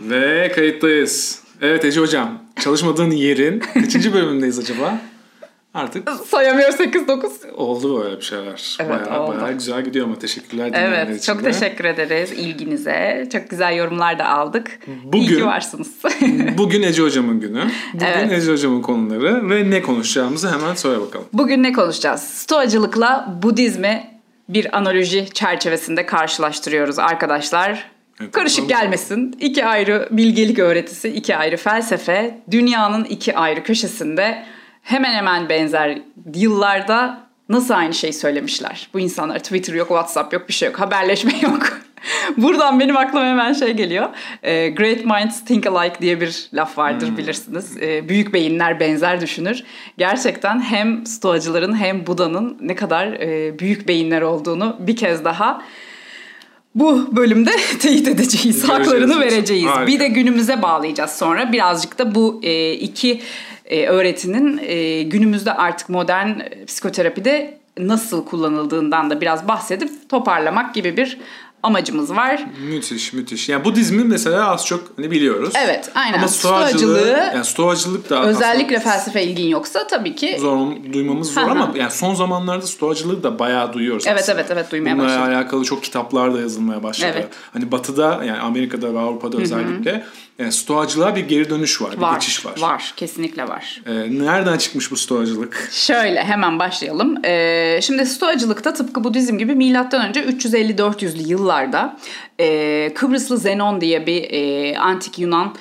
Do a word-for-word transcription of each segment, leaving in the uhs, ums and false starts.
Ve kayıttayız. Evet Ece Hocam, çalışmadığın yerin kaçıncı bölümündeyiz acaba? Artık sayamıyor sekiz dokuz. Oldu böyle bir şeyler. Evet, bayağı, oldu. bayağı güzel gidiyor ama teşekkürler dinleyenler Evet, için çok de. teşekkür ederiz ilginize. Çok güzel yorumlar da aldık. Bugün, İyi ki varsınız. Bugün Ece Hocam'ın günü. Bugün Evet. Ece Hocam'ın konuları ve ne konuşacağımızı hemen söyle bakalım. Bugün ne konuşacağız? Stoacılıkla Budizmi bir analoji çerçevesinde karşılaştırıyoruz arkadaşlar. Evet, Karışık tamam. gelmesin. İki ayrı bilgelik öğretisi, iki ayrı felsefe, dünyanın iki ayrı köşesinde hemen hemen benzer yıllarda nasıl aynı şeyi söylemişler? Bu insanlar Twitter yok, WhatsApp yok, bir şey yok, haberleşme yok. Buradan benim aklıma hemen şey geliyor. E, Great minds think alike diye bir laf vardır hmm. bilirsiniz. E, büyük beyinler benzer düşünür. Gerçekten hem Stoacıların hem Buda'nın ne kadar e, büyük beyinler olduğunu bir kez daha bu bölümde teyit edeceğiz. Haklarını vereceğiz. Harika. Bir de günümüze bağlayacağız sonra. Birazcık da bu e, iki e, öğretinin e, günümüzde artık modern psikoterapide nasıl kullanıldığından da biraz bahsedip toparlamak gibi bir amacımız var. Müthiş müthiş. Yani Budizmi mesela az çok hani biliyoruz. Evet, aynen. Ama stoacılığı, yani stoacılık da özellikle felsefe ilgin yoksa tabii ki zor, duymamız zor ama yani son zamanlarda stoacılığı da bayağı duyuyoruz. Evet aslında. evet evet duymaya Bununla başladık. Bununla alakalı çok kitaplar da yazılmaya başladı. Evet. Hani Batı'da yani Amerika'da ve Avrupa'da Hı-hı. özellikle yani stoacılığa bir geri dönüş var, var, bir geçiş var. Var, kesinlikle var. Ee, nereden çıkmış bu stoacılık? Şöyle hemen başlayalım. Ee, şimdi stoacılıkta tıpkı Budizm gibi milattan önce üç yüz elli dört yüzlü yıllarda e, Kıbrıslı Zenon diye bir e, antik Yunan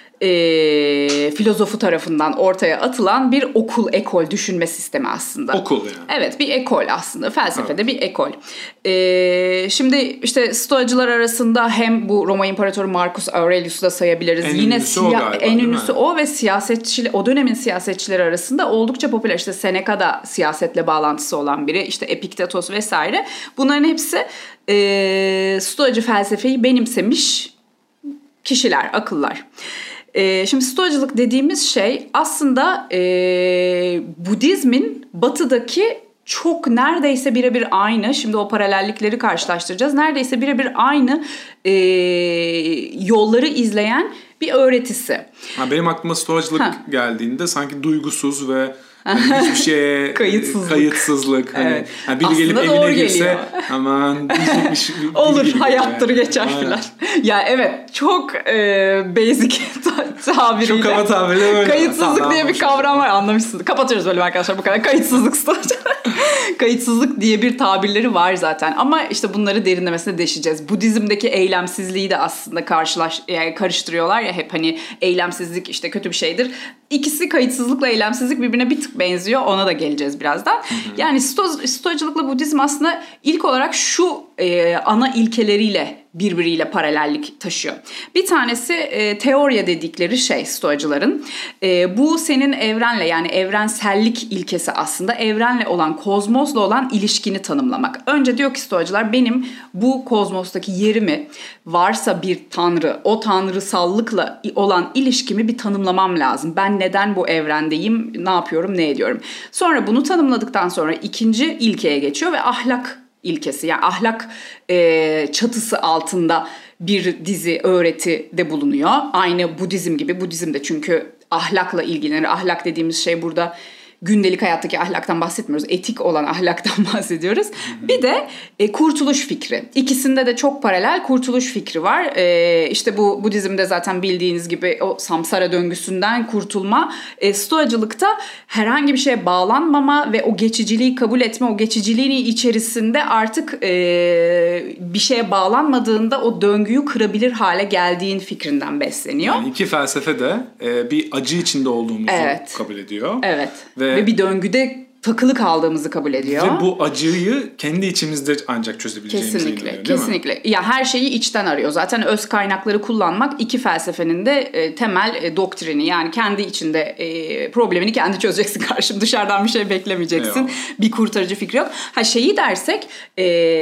E, filozofu tarafından ortaya atılan bir okul, ekol düşünme sistemi aslında. Okul yani. Evet, bir ekol aslında. Felsefede evet. bir ekol. E, şimdi işte Stoacılar arasında hem bu Roma İmparatoru Marcus Aurelius'u da sayabiliriz. En Yine ünlüsü siya- o galiba, en ünlüsü o ve siyasetçi, o dönemin siyasetçileri arasında oldukça popüler. İşte Seneca da siyasetle bağlantısı olan biri. İşte Epiktetos vesaire. Bunların hepsi e, Stoacı felsefeyi benimsemiş kişiler, akıllar. Ee, şimdi Stoacılık dediğimiz şey aslında e, Budizmin batıdaki çok neredeyse birebir aynı, şimdi o paralellikleri karşılaştıracağız, neredeyse birebir aynı e, yolları izleyen bir öğretisi. Ha, benim aklıma Stoacılık ha. geldiğinde sanki duygusuz ve yani hiçbir şeye kayıtsızlık. kayıtsızlık. Hani, evet. yani biri gelip evine girse hemen olur hayattır yani. Geçer filan. Ya evet çok e, basic tabiriyle. Çok kaba tabiriyle böyle. Kayıtsızlık tamam, diye bir kavram var, anlamışsınız. Kapatıyoruz bölüm arkadaşlar bu kadar. Kayıtsızlık Kayıtsızlık diye bir tabirleri var zaten. Ama işte bunları derinlemesine deşeceğiz. Budizm'deki eylemsizliği de aslında karşılaş yani karıştırıyorlar ya hep, hani eylemsizlik işte kötü bir şeydir. İkisi, kayıtsızlıkla eylemsizlik, birbirine bir tık benziyor. Ona da geleceğiz birazdan. Hı hı. Yani sto, Stoacılıkla Budizm aslında ilk olarak şu e, ana ilkeleriyle birbiriyle paralellik taşıyor. Bir tanesi e, teorya dedikleri şey Stoacıların. E, bu senin evrenle, yani evrensellik ilkesi aslında, evrenle olan, kozmosla olan ilişkini tanımlamak. Önce diyor ki Stoacılar, benim bu kozmostaki yerimi, varsa bir tanrı, o tanrısallıkla olan ilişkimi bir tanımlamam lazım. Ben neden bu evrendeyim, ne yapıyorum, ne ediyorum? Sonra bunu tanımladıktan sonra ikinci ilkeye geçiyor ve ahlak ilkesi, yani ahlak e, çatısı altında bir dizi öğreti de bulunuyor. Aynı Budizm gibi. Budizm de çünkü ahlakla ilgilenir. Ahlak dediğimiz şey burada gündelik hayattaki ahlaktan bahsetmiyoruz. Etik olan ahlaktan bahsediyoruz. Bir de e, kurtuluş fikri. İkisinde de çok paralel kurtuluş fikri var. E, işte bu Budizm'de zaten bildiğiniz gibi o samsara döngüsünden kurtulma. E, Stoacılıkta herhangi bir şeye bağlanmama ve o geçiciliği kabul etme, o geçiciliğin içerisinde artık e, bir şeye bağlanmadığında o döngüyü kırabilir hale geldiğin fikrinden besleniyor. Yani iki felsefe de e, bir acı içinde olduğumuzu evet. kabul ediyor. Evet. Ve, ve bir döngüde takılı kaldığımızı kabul ediyor. Ve bu acıyı kendi içimizde ancak çözebileceğimize kesinlikle, inanıyor, değil kesinlikle. mi? Ya her şeyi içten arıyor. Zaten öz kaynakları kullanmak iki felsefenin de e, temel e, doktrini. Yani kendi içinde e, problemini kendi çözeceksin karşım. Dışarıdan bir şey beklemeyeceksin. Eyvallah. Bir kurtarıcı fikri yok. Ha şeyi dersek e,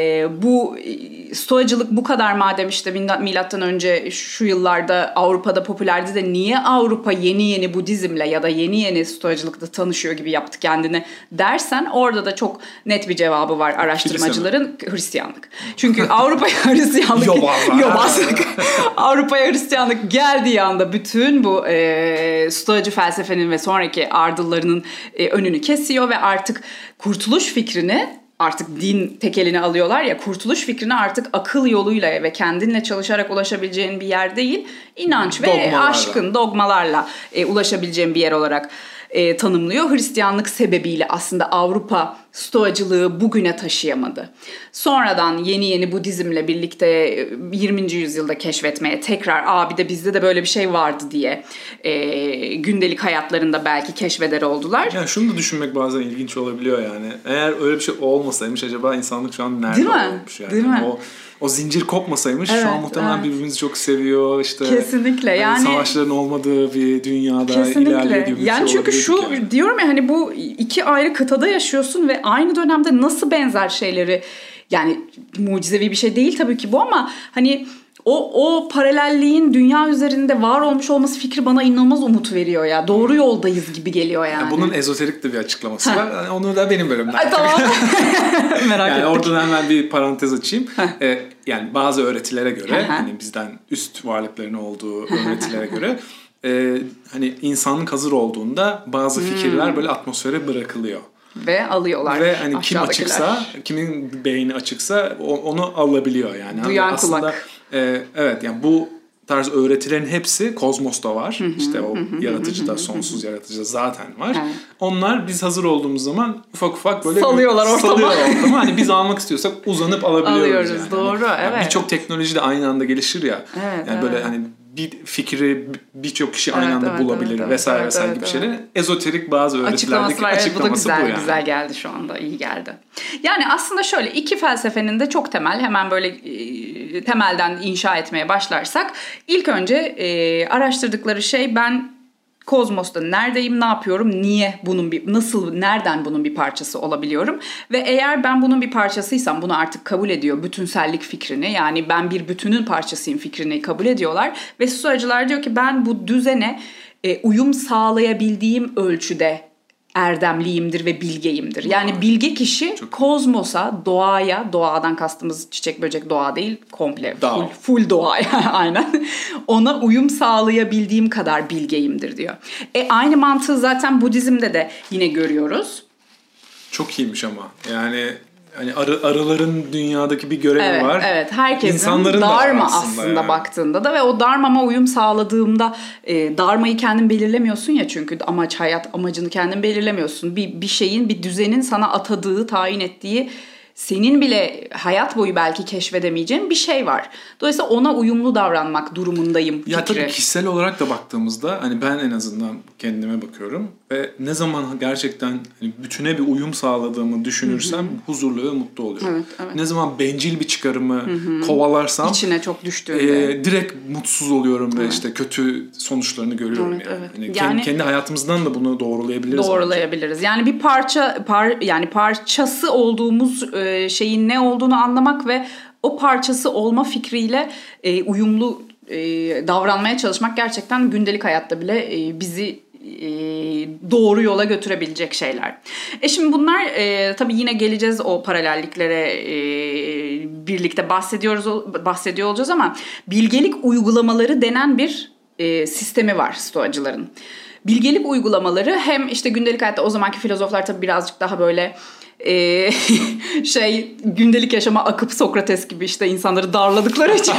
bu e, stoacılık bu kadar madem işte milattan önce şu yıllarda Avrupa'da popülerdi de niye Avrupa yeni yeni Budizmle ya da yeni yeni stoacılıkla tanışıyor gibi yaptı kendini dersen orada da çok net bir cevabı var araştırmacıların. Hristiyanlık. Çünkü Avrupa'ya Hristiyanlık yobazlık. Avrupa'ya Hristiyanlık geldiği anda bütün bu e, Stoacı felsefenin ve sonraki ardıllarının e, önünü kesiyor ve artık kurtuluş fikrini, artık din tekelini alıyorlar ya, kurtuluş fikrine artık akıl yoluyla ve kendinle çalışarak ulaşabileceğin bir yer değil, inanç ve dogmalarla. aşkın, dogmalarla e, ulaşabileceğin bir yer olarak e, tanımlıyor. Hristiyanlık sebebiyle aslında Avrupa Stoacılığı bugüne taşıyamadı. Sonradan yeni yeni Budizmle birlikte yirminci yüzyılda keşfetmeye tekrar aa bir de bizde de böyle bir şey vardı diye e, gündelik hayatlarında belki keşfeder oldular. Yani şunu da düşünmek bazen ilginç olabiliyor yani. Eğer öyle bir şey olmasaymış acaba insanlık şu an nerede Değil mi? olmuş yani? Değil mi? O, o zincir kopmasaymış Evet, şu an muhtemelen evet. birbirimizi çok seviyor işte. Kesinlikle yani, yani. Savaşların olmadığı bir dünyada Kesinlikle. ilerliyor gibi bir yani şey çünkü şu yani. diyorum ya hani bu iki ayrı kıtada yaşıyorsun ve aynı dönemde nasıl benzer şeyleri, yani mucizevi bir şey değil tabii ki bu ama hani o o paralelliğin dünya üzerinde var olmuş olması fikri bana inanılmaz umut veriyor ya. Doğru yoldayız gibi geliyor yani. yani bunun ezoterik de bir açıklaması var. Yani onu da benim bölümden. Ay, tamam. Merak yani ettim. oradan hemen bir parantez açayım. ee, yani bazı öğretilere göre hani bizden üst varlıkların olduğu öğretilere göre e, hani insanlık hazır olduğunda bazı fikirler böyle atmosfere bırakılıyor. Ve alıyorlar. Ve hani kim açıksa, kimin beyni açıksa onu alabiliyor yani. Duyan aslında, kulak. E, evet yani bu tarz öğretilerin hepsi kozmosta var. Hı hı, işte o hı hı, yaratıcıda, hı hı, sonsuz yaratıcıda zaten var. Evet. Onlar biz hazır olduğumuz zaman ufak ufak böyle salıyorlar ortama. Salıyorlar ortama. Hani biz almak istiyorsak uzanıp alabiliyoruz. Alıyoruz, yani. doğru, yani, evet. Yani birçok teknoloji de aynı anda gelişir ya. Evet, yani evet. böyle hani bir fikri birçok kişi aynı evet, anda evet, bulabilir evet, vesaire evet, vesaire evet, gibi evet. şeyler. Ezoterik bazı öğretilerdeki açıklaması, evet, bu da güzel, bu yani. güzel geldi şu anda, iyi geldi. Yani aslında şöyle iki felsefenin de çok temel, hemen böyle e, temelden inşa etmeye başlarsak ilk önce e, araştırdıkları şey ben kozmosta neredeyim, ne yapıyorum, niye bunun bir, nasıl, nereden bunun bir parçası olabiliyorum ve eğer ben bunun bir parçasıysam bunu artık kabul ediyor bütünsellik fikrini, yani ben bir bütünün parçasıyım fikrini kabul ediyorlar ve Stoacılar diyor ki ben bu düzene e, uyum sağlayabildiğim ölçüde erdemliyimdir ve bilgeyimdir. Yani bilge kişi çok kozmosa, doğaya, doğadan kastımız çiçek böcek doğa değil, komple full, full doğaya aynen. Ona uyum sağlayabildiğim kadar bilgeyimdir diyor. E aynı mantığı zaten Budizm'de de yine görüyoruz. Çok iyiymiş ama. Yani hani arı, arıların dünyadaki bir görevi evet, var. Evet, herkesin İnsanların dharma aslında, aslında yani. baktığında da ve o dharmama uyum sağladığımda e, dharmayı kendin belirlemiyorsun ya, çünkü amaç, hayat amacını kendin belirlemiyorsun. Bir, bir şeyin, bir düzenin sana atadığı, tayin ettiği, senin bile hayat boyu belki keşfedemeyeceğin bir şey var. Dolayısıyla ona uyumlu davranmak durumundayım fikri. Ya tabii kişisel olarak da baktığımızda hani ben en azından kendime bakıyorum ve ne zaman gerçekten hani bütüne bir uyum sağladığımı düşünürsem hı hı. huzurlu ve mutlu oluyorum. Evet, evet. Ne zaman bencil bir çıkarımı hı hı. kovalarsam içine çok düştüğünde e, direkt mutsuz oluyorum evet. ve işte kötü sonuçlarını görüyorum evet, yani. Evet. Hani yani kendi, kendi hayatımızdan da bunu doğrulayabiliriz. Doğrulayabiliriz. Bence. Yani bir parça par, yani parçası olduğumuz şeyin ne olduğunu anlamak ve o parçası olma fikriyle e, uyumlu e, davranmaya çalışmak gerçekten gündelik hayatta bile e, bizi e, doğru yola götürebilecek şeyler. E şimdi bunlar e, tabii yine geleceğiz o paralelliklere e, birlikte bahsediyoruz bahsediyor olacağız ama bilgelik uygulamaları denen bir e, sistemi var Stoacıların. Bilgelik uygulamaları hem işte gündelik hayatta o zamanki filozoflar tabii birazcık daha böyle Ee, şey gündelik yaşama akıp Sokrates gibi işte insanları darladıkları için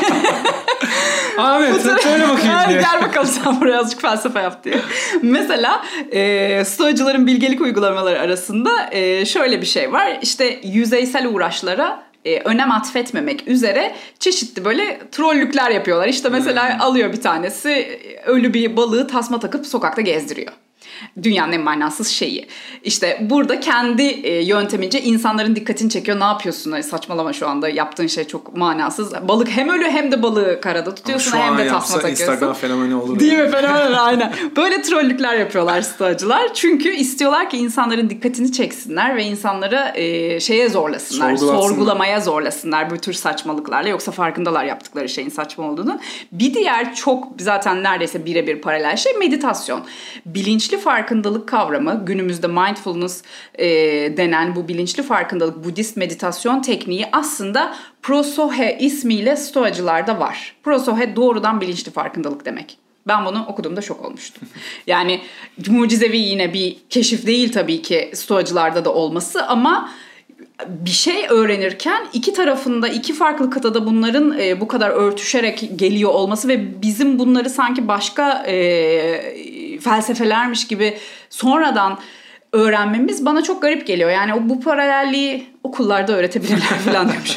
Ahmet söyle bakayım diye. Gel bakalım sen buraya azıcık felsefe yap diye. Mesela e, Stoacıların bilgelik uygulamaları arasında e, şöyle bir şey var. İşte yüzeysel uğraşlara e, önem atfetmemek üzere çeşitli böyle trollükler yapıyorlar. İşte mesela hmm. alıyor bir tanesi ölü bir balığı tasma takıp sokakta gezdiriyor. Dünyanın en manasız şeyi. İşte burada kendi e, yöntemince insanların dikkatini çekiyor. Ne yapıyorsun? Ay, saçmalama şu anda. Yaptığın şey çok manasız. Balık hem ölü hem de balığı karada tutuyorsun hem de tasma takıyorsun. Instagram fenomeni olur. Değil mi? Fenomen aynen. Böyle trollükler yapıyorlar Stoacılar. Çünkü istiyorlar ki insanların dikkatini çeksinler ve insanları e, şeye zorlasınlar. Sorgulamaya zorlasınlar bu tür saçmalıklarla. Yoksa farkındalar yaptıkları şeyin saçma olduğunu. Bir diğer çok zaten neredeyse birebir paralel şey meditasyon. Bilinçli farkındalık kavramı, günümüzde mindfulness e, denen bu bilinçli farkındalık Budist meditasyon tekniği aslında Prosohe ismiyle Stoacılarda var. Prosohe doğrudan bilinçli farkındalık demek. Ben bunu okuduğumda şok olmuştum. Yani mucizevi yine bir keşif değil tabii ki Stoacılarda da olması ama bir şey öğrenirken iki tarafında iki farklı kıtada bunların e, bu kadar örtüşerek geliyor olması ve bizim bunları sanki başka e, felsefelermiş gibi sonradan öğrenmemiz bana çok garip geliyor. Yani bu paralelliği okullarda öğretebilirler falan demişim.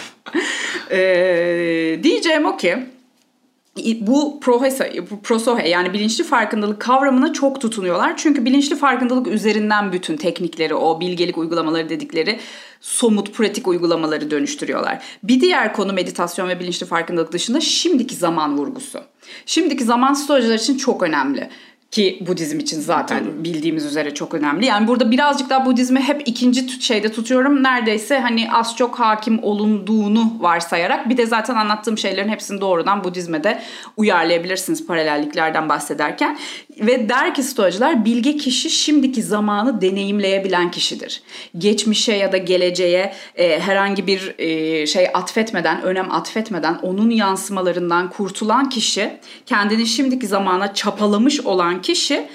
e, diyeceğim o ki bu prosohe yani bilinçli farkındalık kavramına çok tutunuyorlar. Çünkü bilinçli farkındalık üzerinden bütün teknikleri, o bilgelik uygulamaları dedikleri somut, pratik uygulamaları dönüştürüyorlar. Bir diğer konu meditasyon ve bilinçli farkındalık dışında şimdiki zaman vurgusu. Şimdiki zaman Stoacılar için çok önemli. Ki Budizm için zaten Tabii. bildiğimiz üzere çok önemli. Yani burada birazcık daha Budizmi hep ikinci şeyde tutuyorum. Neredeyse hani az çok hakim olunduğunu varsayarak. Bir de zaten anlattığım şeylerin hepsini doğrudan Budizm'e de uyarlayabilirsiniz paralelliklerden bahsederken. Ve der ki Stoacılar, bilge kişi şimdiki zamanı deneyimleyebilen kişidir. Geçmişe ya da geleceğe e, herhangi bir e, şey atfetmeden, önem atfetmeden onun yansımalarından kurtulan kişi, kendini şimdiki zamana çapalamış olan kişi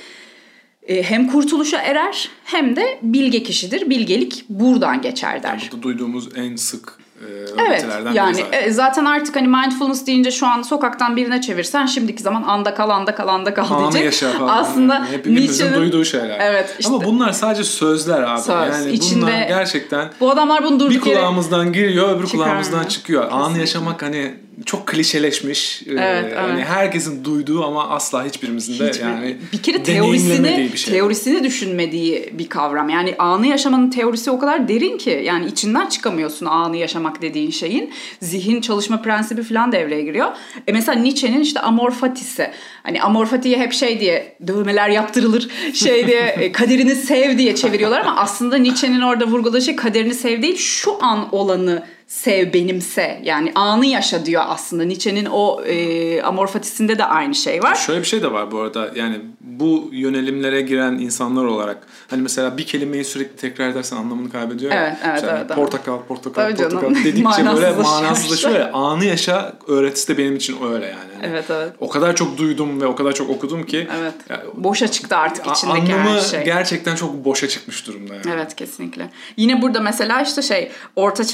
e, hem kurtuluşa erer hem de bilge kişidir. Bilgelik buradan geçer der. Yani burada duyduğumuz en sık e, evet, yani zaten. E, zaten artık hani mindfulness deyince şu an sokaktan birine çevirsen şimdiki zaman anda kal anda kal anda kal Anı diyecek. Yaşa falan. Aslında yani. Hepimizin Nietzsche'nin duyduğu şeyler. Evet, işte. Ama bunlar sadece sözler abi. Söz. Yani İçinde, bunlar gerçekten bu adamlar bunu durduk bir kulağımızdan yere giriyor, öbür kulağımızdan çıkıyor. Kesinlikle. Anı yaşamak hani çok klişeleşmiş. Evet, ee, hani evet. herkesin duyduğu ama asla hiçbirimizin de Hiçbir, yani bir kere teorisini bir şey. teorisini düşünmediği bir kavram. Yani anı yaşamanın teorisi o kadar derin ki yani içinden çıkamıyorsun anı yaşamak dediğin şeyin. Zihin çalışma prensibi falan devreye giriyor. E mesela Nietzsche'nin işte amor fatisi. Hani amor fatiye hep şey diye dövmeler yaptırılır. Şey diye kaderini sev diye çeviriyorlar ama aslında Nietzsche'nin orada vurguladığı şey kaderini sev değil, şu an olanı sev, benimse. Yani anı yaşa diyor aslında. Nietzsche'nin o e, amor fatisinde de aynı şey var. Şöyle bir şey de var bu arada. Yani bu yönelimlere giren insanlar olarak hani mesela bir kelimeyi sürekli tekrar edersen anlamını kaybediyor. Evet, evet, işte evet. Portakal, portakal, Tabii portakal canım. dedikçe böyle manasızlaşıyor ya. Anı yaşa öğretisi de benim için öyle yani. yani. Evet, evet. O kadar çok duydum ve o kadar çok okudum ki. Evet. Yani, boşa çıktı artık içindeki anlamı her şey. Anlamı gerçekten çok boşa çıkmış durumda yani. Evet, kesinlikle. Yine burada mesela işte şey Orta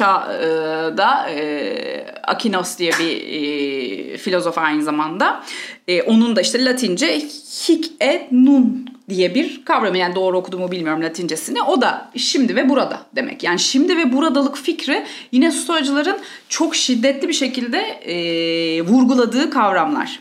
Çağ'da e, Akinos diye bir e, filozof aynı zamanda. E, onun da işte Latince hic et nun diye bir kavram. Yani doğru okuduğumu bilmiyorum Latincesini. O da şimdi ve burada demek. Yani şimdi ve buradalık fikri yine Stoacıların çok şiddetli bir şekilde e, vurguladığı kavramlar.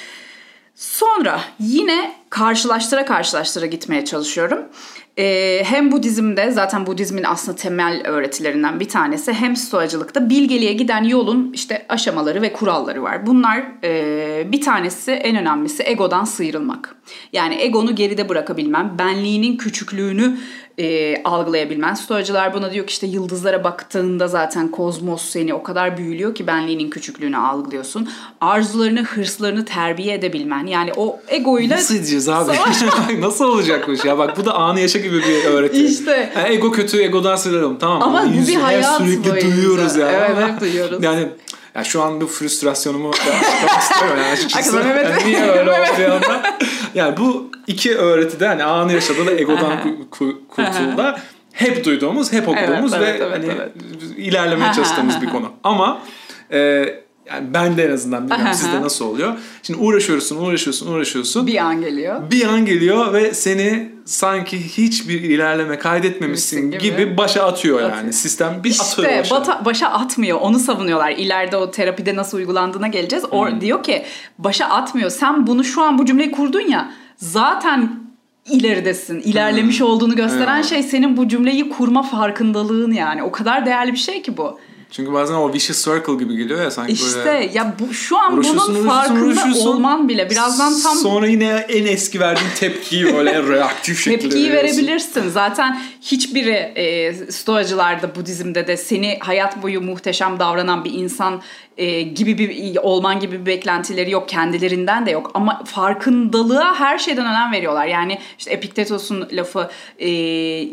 Sonra yine karşılaştıra karşılaştıra gitmeye çalışıyorum. Ee, hem Budizm'de zaten Budizmin aslında temel öğretilerinden bir tanesi hem Stoacılıkta bilgeliğe giden yolun işte aşamaları ve kuralları var. Bunlar e, bir tanesi en önemlisi egodan sıyrılmak. Yani egonu geride bırakabilmen, benliğinin küçüklüğünü e, algılayabilmen. Stoacılar buna diyor ki işte yıldızlara baktığında zaten kozmos seni o kadar büyülüyor ki benliğinin küçüklüğünü algılıyorsun. Arzularını, hırslarını terbiye edebilmen. Yani o egoyla... Nasıl edeceğiz abi? Nasıl olacakmış ya? Bak bu da anı yaşa gibi bir öğreti. İşte. Yani ego kötü, egodan sıyrılalım. Tamam. Ama bu bir hayat sürekli boyunca. Duyuyoruz ya. Evet, hep duyuyoruz. Yani... Ya şu an bu frustrasyonumu açıklamak istiyorum yani açıkçası. Evet. Yani niye öyle oldu yanında? Yani bu iki öğretide hani anı yaşadığı da egodan kurtulda hep duyduğumuz, hep okuduğumuz evet, ve evet, hani evet. ilerlemeye çalıştığımız bir konu. Ama e, yani ben de en azından bilmiyorum sizde nasıl oluyor. Şimdi uğraşıyorsun, uğraşıyorsun, uğraşıyorsun. Bir an geliyor. Bir an geliyor ve seni sanki hiçbir ilerleme kaydetmemişsin gibi, gibi başa atıyor yani. Atıyor. Sistem bir işte, atıyor başa. İşte başa atmıyor. Onu savunuyorlar. İleride o terapide nasıl uygulandığına geleceğiz. O hmm. diyor ki başa atmıyor. Sen bunu şu an bu cümleyi kurdun ya zaten ileridesin. İlerlemiş hmm. olduğunu gösteren evet. şey senin bu cümleyi kurma farkındalığın yani. O kadar değerli bir şey ki bu. Çünkü bazen o vicious circle gibi geliyor ya sanki işte, böyle. İşte ya bu, şu an uğraşıyorsun, bunun uğraşıyorsun, farkında uğraşıyorsun. olman bile birazdan tam... Sonra yine en eski verdiğin tepkiyi öyle reaktif şekilde Tepkiyi verebilirsin. Zaten hiçbiri e, Stoacılarda, Budizm'de de seni hayat boyu muhteşem davranan bir insan e, gibi bir olman gibi bir beklentileri yok. Kendilerinden de yok. Ama farkındalığa her şeyden önem veriyorlar. Yani işte Epiktetos'un lafı... E,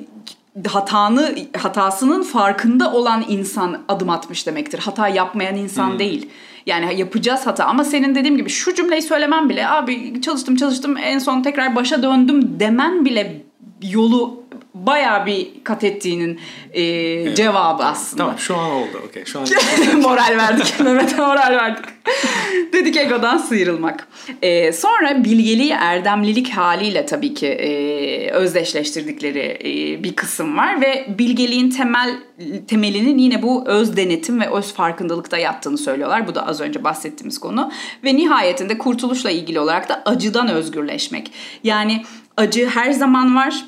hatanı hatasının farkında olan insan adım atmış demektir. Hata yapmayan insan hmm. değil. Yani yapacağız hata ama senin dediğim gibi şu cümleyi söylemen bile abi çalıştım çalıştım en son tekrar başa döndüm demen bile yolu bayağı bir kat ettiğinin e, evet. cevabı aslında. Tamam şu an oldu. Okay. Şu an moral verdik. Mehmet'e moral verdik. Dedik egodan sıyrılmak. Ee, sonra bilgeliği erdemlilik haliyle tabii ki e, özdeşleştirdikleri e, bir kısım var ve bilgeliğin temel temelinin yine bu öz denetim ve öz farkındalıkta yattığını söylüyorlar. Bu da az önce bahsettiğimiz konu. Ve nihayetinde kurtuluşla ilgili olarak da acıdan özgürleşmek. Yani acı her zaman var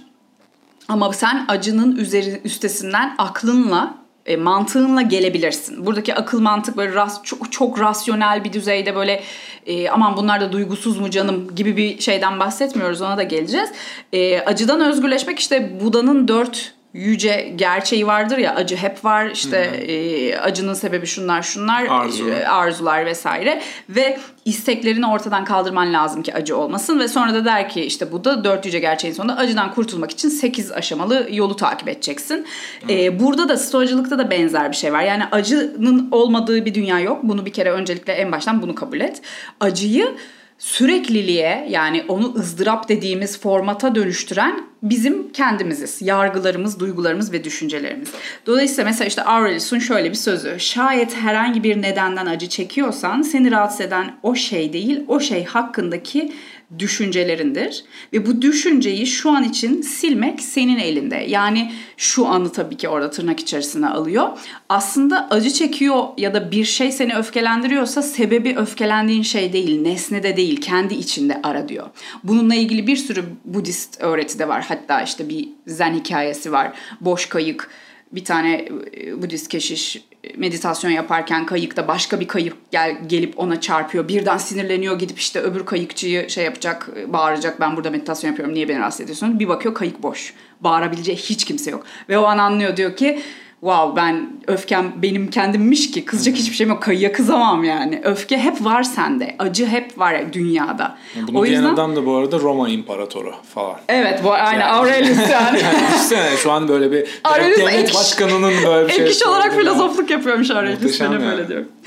ama sen acının üzeri, üstesinden aklınla E, mantığınla gelebilirsin. Buradaki akıl mantık böyle ras, çok, çok rasyonel bir düzeyde böyle e, aman bunlar da duygusuz mu canım gibi bir şeyden bahsetmiyoruz. Ona da geleceğiz. E, acıdan özgürleşmek işte Buda'nın dört yüce gerçeği vardır ya acı hep var işte e, acının sebebi şunlar şunlar Arzu. e, arzular vesaire ve isteklerini ortadan kaldırman lazım ki acı olmasın ve sonra da der ki işte bu da dört yüce gerçeğin sonunda acıdan kurtulmak için sekiz aşamalı yolu takip edeceksin. E, burada da stoacılıkta da benzer bir şey var yani acının olmadığı bir dünya yok bunu bir kere öncelikle en baştan bunu kabul et. Acıyı sürekliliğe yani onu ızdırap dediğimiz formata dönüştüren bizim kendimiziz. Yargılarımız, duygularımız ve düşüncelerimiz. Dolayısıyla mesela işte Aurelius'un şöyle bir sözü. Şayet herhangi bir nedenden acı çekiyorsan seni rahatsız eden o şey değil, o şey hakkındaki düşüncelerindir. Ve bu düşünceyi şu an için silmek senin elinde. Yani şu anı tabii ki orada tırnak içerisine alıyor. Aslında acı çekiyor ya da bir şey seni öfkelendiriyorsa sebebi öfkelendiğin şey değil, nesnede değil, kendi içinde ara diyor. Bununla ilgili bir sürü Budist öğreti de var. Hatta işte bir Zen hikayesi var. Boş kayık. Bir tane Budist keşiş meditasyon yaparken kayıkta başka bir kayık gel, gelip ona çarpıyor. Birden sinirleniyor gidip işte öbür kayıkçıyı şey yapacak, bağıracak. Ben burada meditasyon yapıyorum niye beni rahatsız ediyorsun? Bir bakıyor kayık boş. Bağırabileceği hiç kimse yok. Ve o an anlıyor diyor ki wow ben öfkem benim kendimmiş ki kızacak hiçbir şeyim yok. Kayıya kızamam yani. Öfke hep var sende. Acı hep var dünyada. Bunu o diyen yüzden... adam da bu arada Roma İmparatoru falan. Evet bu aynen yani. Aurelius yani. Yani düşünsene şu an böyle bir devlet başkanının böyle bir şey. Ek iş olarak filozofluk yapıyormuş Aurelius. Ben yani. Böyle diyorum.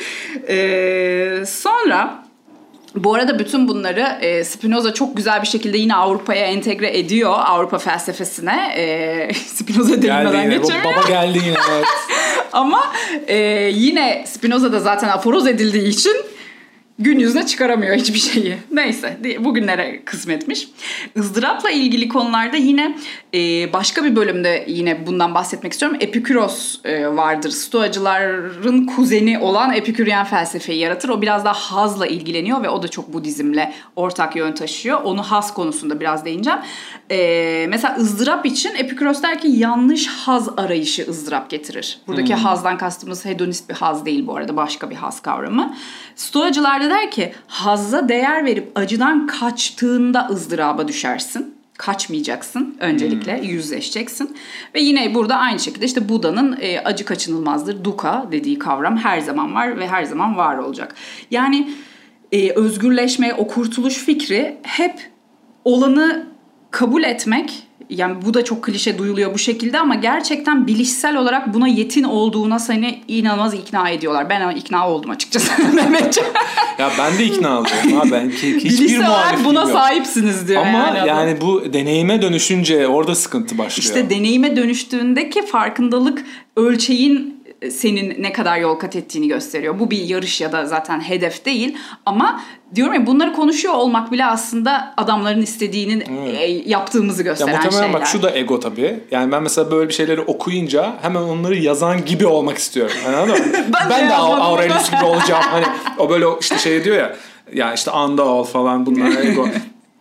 Ee, sonra... Bu arada bütün bunları e, Spinoza çok güzel bir şekilde yine Avrupa'ya entegre ediyor. Avrupa felsefesine. E, Spinoza denilmeden geçemiyor. Baba geldi yine. Evet. Ama e, yine Spinoza da zaten aforoz edildiği için gün yüzüne çıkaramıyor hiçbir şeyi. Neyse bugünlere kısmetmiş. Izdırapla ilgili konularda yine e, başka bir bölümde yine bundan bahsetmek istiyorum. Epikuros e, vardır. Stoacıların kuzeni olan Epiküryen felsefeyi yaratır. O biraz daha hazla ilgileniyor ve o da çok Budizmle ortak yön taşıyor. Onu haz konusunda biraz değineceğim. E, mesela ızdırap için Epikuros der ki yanlış haz arayışı ızdırap getirir. Buradaki hmm. hazdan kastımız hedonist bir haz değil bu arada. Başka bir haz kavramı. Stoacılarda der ki hazza değer verip acıdan kaçtığında ızdıraba düşersin. Kaçmayacaksın öncelikle, hmm. yüzleşeceksin. Ve yine burada aynı şekilde işte Buda'nın e, acı kaçınılmazdır. Dukkha dediği kavram her zaman var ve her zaman var olacak. Yani e, özgürleşme, o kurtuluş fikri hep olanı kabul etmek. Yani bu da çok klişe duyuluyor bu şekilde ama gerçekten bilişsel olarak buna yetin olduğuna seni inanılmaz ikna ediyorlar. Ben ikna oldum açıkçası Mehmetciğim. Ya ben de ikna oldum. Ha ben ki, bilişsel olarak buna yok. Sahipsiniz diyor. Ama yani, yani bu deneyime dönüşünce orada sıkıntı başlıyor. İşte deneyime dönüştüğündeki farkındalık ölçeğin senin ne kadar yol kat ettiğini gösteriyor. Bu bir yarış ya da zaten hedef değil ama diyorum ya bunları konuşuyor olmak bile aslında adamların istediğinin evet. yaptığımızı gösteren ya, muhtemelen şeyler. Bak şu da ego tabii. Yani ben mesela böyle bir şeyleri okuyunca hemen onları yazan gibi olmak istiyorum. Anladın mı? ben, ben de, de Aurelius gibi olacağım. Hani o böyle işte şey diyor ya ya işte anda ol falan bunlar ego.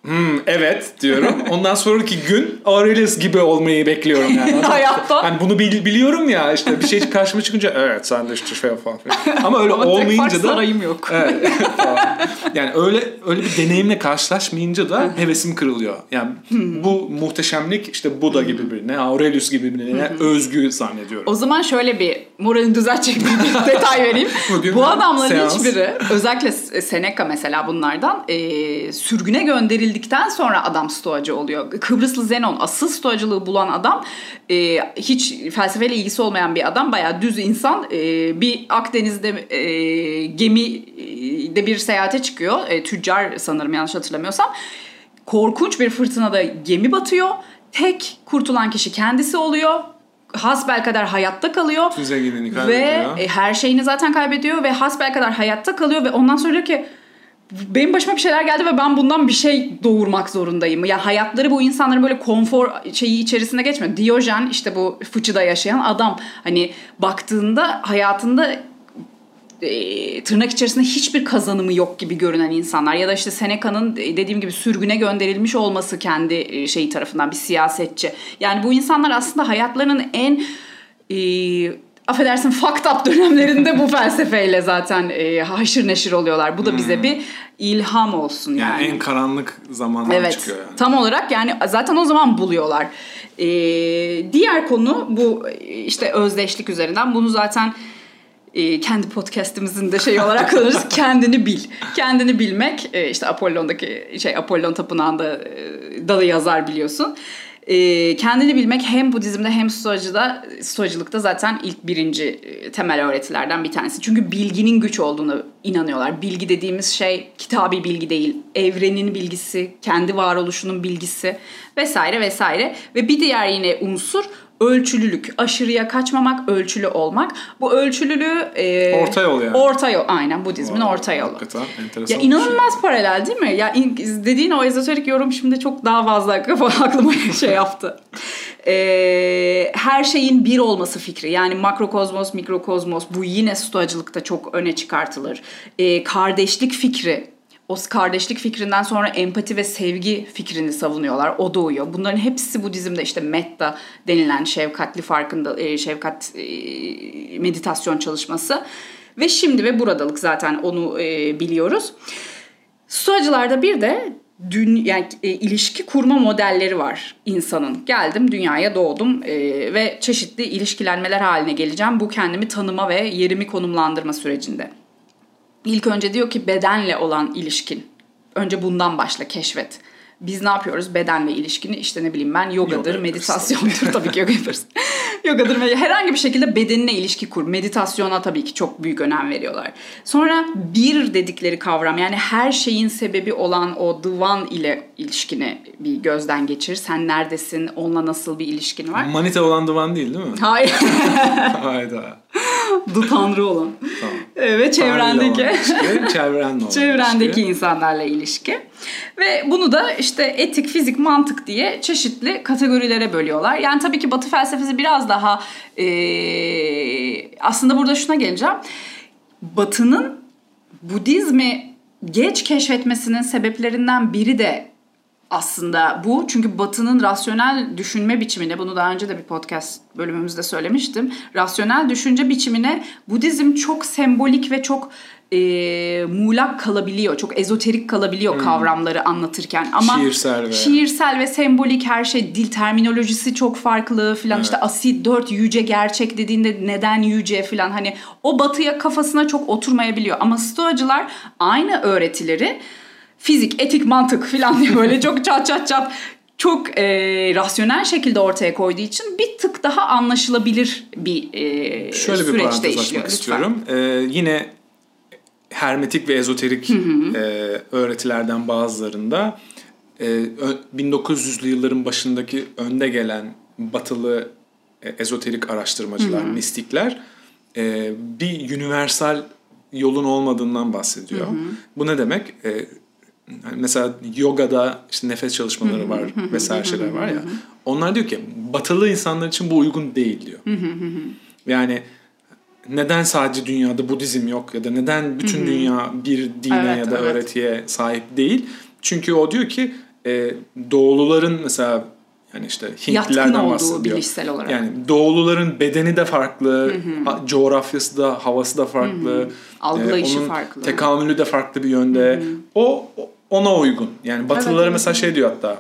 Hmm, evet diyorum. Ondan sonraki gün Aurelius gibi olmayı bekliyorum yani. Hayatta. Yani bunu bil- biliyorum ya işte bir şey karşıma çıkınca evet sen de işte şey falan. Ama öyle Ama olmayınca da sarayım yok. Evet, falan. Yani öyle öyle bir deneyimle karşılaşmayınca da hevesim kırılıyor. Yani bu muhteşemlik işte Buda gibi birine, Aurelius gibi birine özgü zannediyorum. O zaman şöyle bir moralini düzeltecek bir detay vereyim. Bugün bu adamların seans. hiçbiri, özellikle Seneca mesela bunlardan e, sürgüne gönderildikten sonra adam stoacı oluyor. Kıbrıslı Zenon asıl stoacılığı bulan adam e, hiç felsefeyle ilgisi olmayan bir adam, bayağı düz insan. E, bir Akdeniz'de e, gemide bir seyahate çıkıyor. E, tüccar sanırım, yanlış hatırlamıyorsam. Korkunç bir fırtınada gemi batıyor. Tek kurtulan kişi kendisi oluyor. Hasbelkader hayatta kalıyor. Tüm zenginliğini kaybediyor. Ve her şeyini zaten kaybediyor ve hasbelkader hayatta kalıyor ve ondan sonra diyor ki benim başıma bir şeyler geldi ve ben bundan bir şey doğurmak zorundayım. Yani hayatları bu insanların böyle konfor şeyi içerisinde geçmiyor. Diyojen, işte bu fıçıda yaşayan adam, hani baktığında hayatında e, tırnak içerisinde hiçbir kazanımı yok gibi görünen insanlar. Ya da işte Seneca'nın dediğim gibi sürgüne gönderilmiş olması kendi şeyi tarafından, bir siyasetçi. Yani bu insanlar aslında hayatlarının en e, affedersin fucked up dönemlerinde bu felsefeyle zaten e, haşır neşir oluyorlar. Bu da bize hmm. bir ilham olsun yani. Yani en karanlık zamanlar evet, çıkıyor yani. Tam olarak yani zaten o zaman buluyorlar. Ee, diğer konu bu işte özdeşlik üzerinden. Bunu zaten e, kendi podcast'imizin de şey olarak kullanırız. Kendini bil. Kendini bilmek e, işte Apollon'daki şey Apollon Tapınağı'nda e, dalı yazar biliyorsun. E, kendini bilmek hem Budizm'de hem Stoacı'da, Stoacılıkta zaten ilk birinci e, temel öğretilerden bir tanesi. Çünkü bilginin güç olduğunu inanıyorlar. Bilgi dediğimiz şey kitabi bilgi değil. Evrenin bilgisi, kendi varoluşunun bilgisi vesaire vesaire. Ve bir diğer yine unsur ölçülülük. Aşırıya kaçmamak, ölçülü olmak. Bu ölçülülüğü... E, orta yol yani. Orta yol, aynen Budizmin wow, orta yolu. Hakikaten enteresan. Ya inanılmaz şey. Paralel değil mi? Ya in, dediğin o ezoterik yorum şimdi çok daha fazla kafa aklıma şey yaptı. E, her şeyin bir olması fikri. Yani makrokozmos, mikrokozmos, bu yine stoacılıkta çok öne çıkartılır. E, kardeşlik fikri. O kardeşlik fikrinden sonra empati ve sevgi fikrini savunuyorlar. O doğuyor. Bunların hepsi Budizm'de işte metta denilen şefkatli farkında şefkat meditasyon çalışması. Ve şimdi ve buradalık zaten onu e, biliyoruz. Stoacılarda bir de dün, yani e, ilişki kurma modelleri var insanın. Geldim, dünyaya doğdum e, ve çeşitli ilişkilenmeler haline geleceğim. Bu kendimi tanıma ve yerimi konumlandırma sürecinde. İlk önce diyor ki bedenle olan ilişkin. Önce bundan başla, keşfet. Biz ne yapıyoruz? Bedenle ilişkini işte ne bileyim ben yogadır, yoga meditasyondur. Tabii ki yoga yaparız. Yogadır. Herhangi bir şekilde bedenine ilişki kur. Meditasyona tabii ki çok büyük önem veriyorlar. Sonra bir dedikleri kavram, yani her şeyin sebebi olan o the one ile ilişkini bir gözden geçir. Sen neredesin? Onunla nasıl bir ilişkin var? Manita olan the one değil değil mi? Hayır. Hayda. Du Tanrı olan. Tamam. Ve çevrendeki ilişki, çevrenle olan çevrendeki ilişki. insanlarla ilişki. Ve bunu da işte etik, fizik, mantık diye çeşitli kategorilere bölüyorlar. Yani tabii ki Batı felsefesi biraz daha ee, aslında burada şuna geleceğim. Batı'nın Budizmi geç keşfetmesinin sebeplerinden biri de aslında bu. Çünkü Batı'nın rasyonel düşünme biçimine, bunu daha önce de bir podcast bölümümüzde söylemiştim. Rasyonel düşünce biçimine Budizm çok sembolik ve çok e, muğlak kalabiliyor. Çok ezoterik kalabiliyor hmm. kavramları anlatırken. Ama şiirsel ve... şiirsel ve sembolik her şey, dil terminolojisi çok farklı filan. Evet. İşte asit dört yüce gerçek dediğinde neden yüce filan, hani o Batı'ya kafasına çok oturmayabiliyor. Ama Stoacılar aynı öğretileri fizik, etik, mantık filan diye böyle çok çat çat çat çok e, rasyonel şekilde ortaya koyduğu için bir tık daha anlaşılabilir bir e, Şöyle süreçte bir parantez işliyor. açmak Lütfen. istiyorum. Ee, yine hermetik ve ezoterik hı hı. E, öğretilerden bazılarında e, bin dokuz yüzlü yılların başındaki önde gelen batılı e, ezoterik araştırmacılar, hı hı. mistikler e, bir universal yolun olmadığından bahsediyor. Hı hı. Bu ne demek? E, Yani mesela yogada işte nefes çalışmaları var vesaire şeyler var ya. Onlar diyor ki batılı insanlar için bu uygun değil diyor. Yani neden sadece dünyada Budizm yok ya da neden bütün dünya bir dine evet, ya da evet. öğretiye sahip değil? Çünkü o diyor ki e, doğuluların mesela yani işte Hintlilerden bahsediyor. Bilişsel olarak. Yani doğuluların bedeni de farklı, hı hı. coğrafyası da, havası da farklı. Hı hı. Algılayışı e, onun farklı. Tekamülü de farklı bir yönde. Hı hı. O ona uygun. Yani Batılılara evet, mesela evet. şey diyor hatta.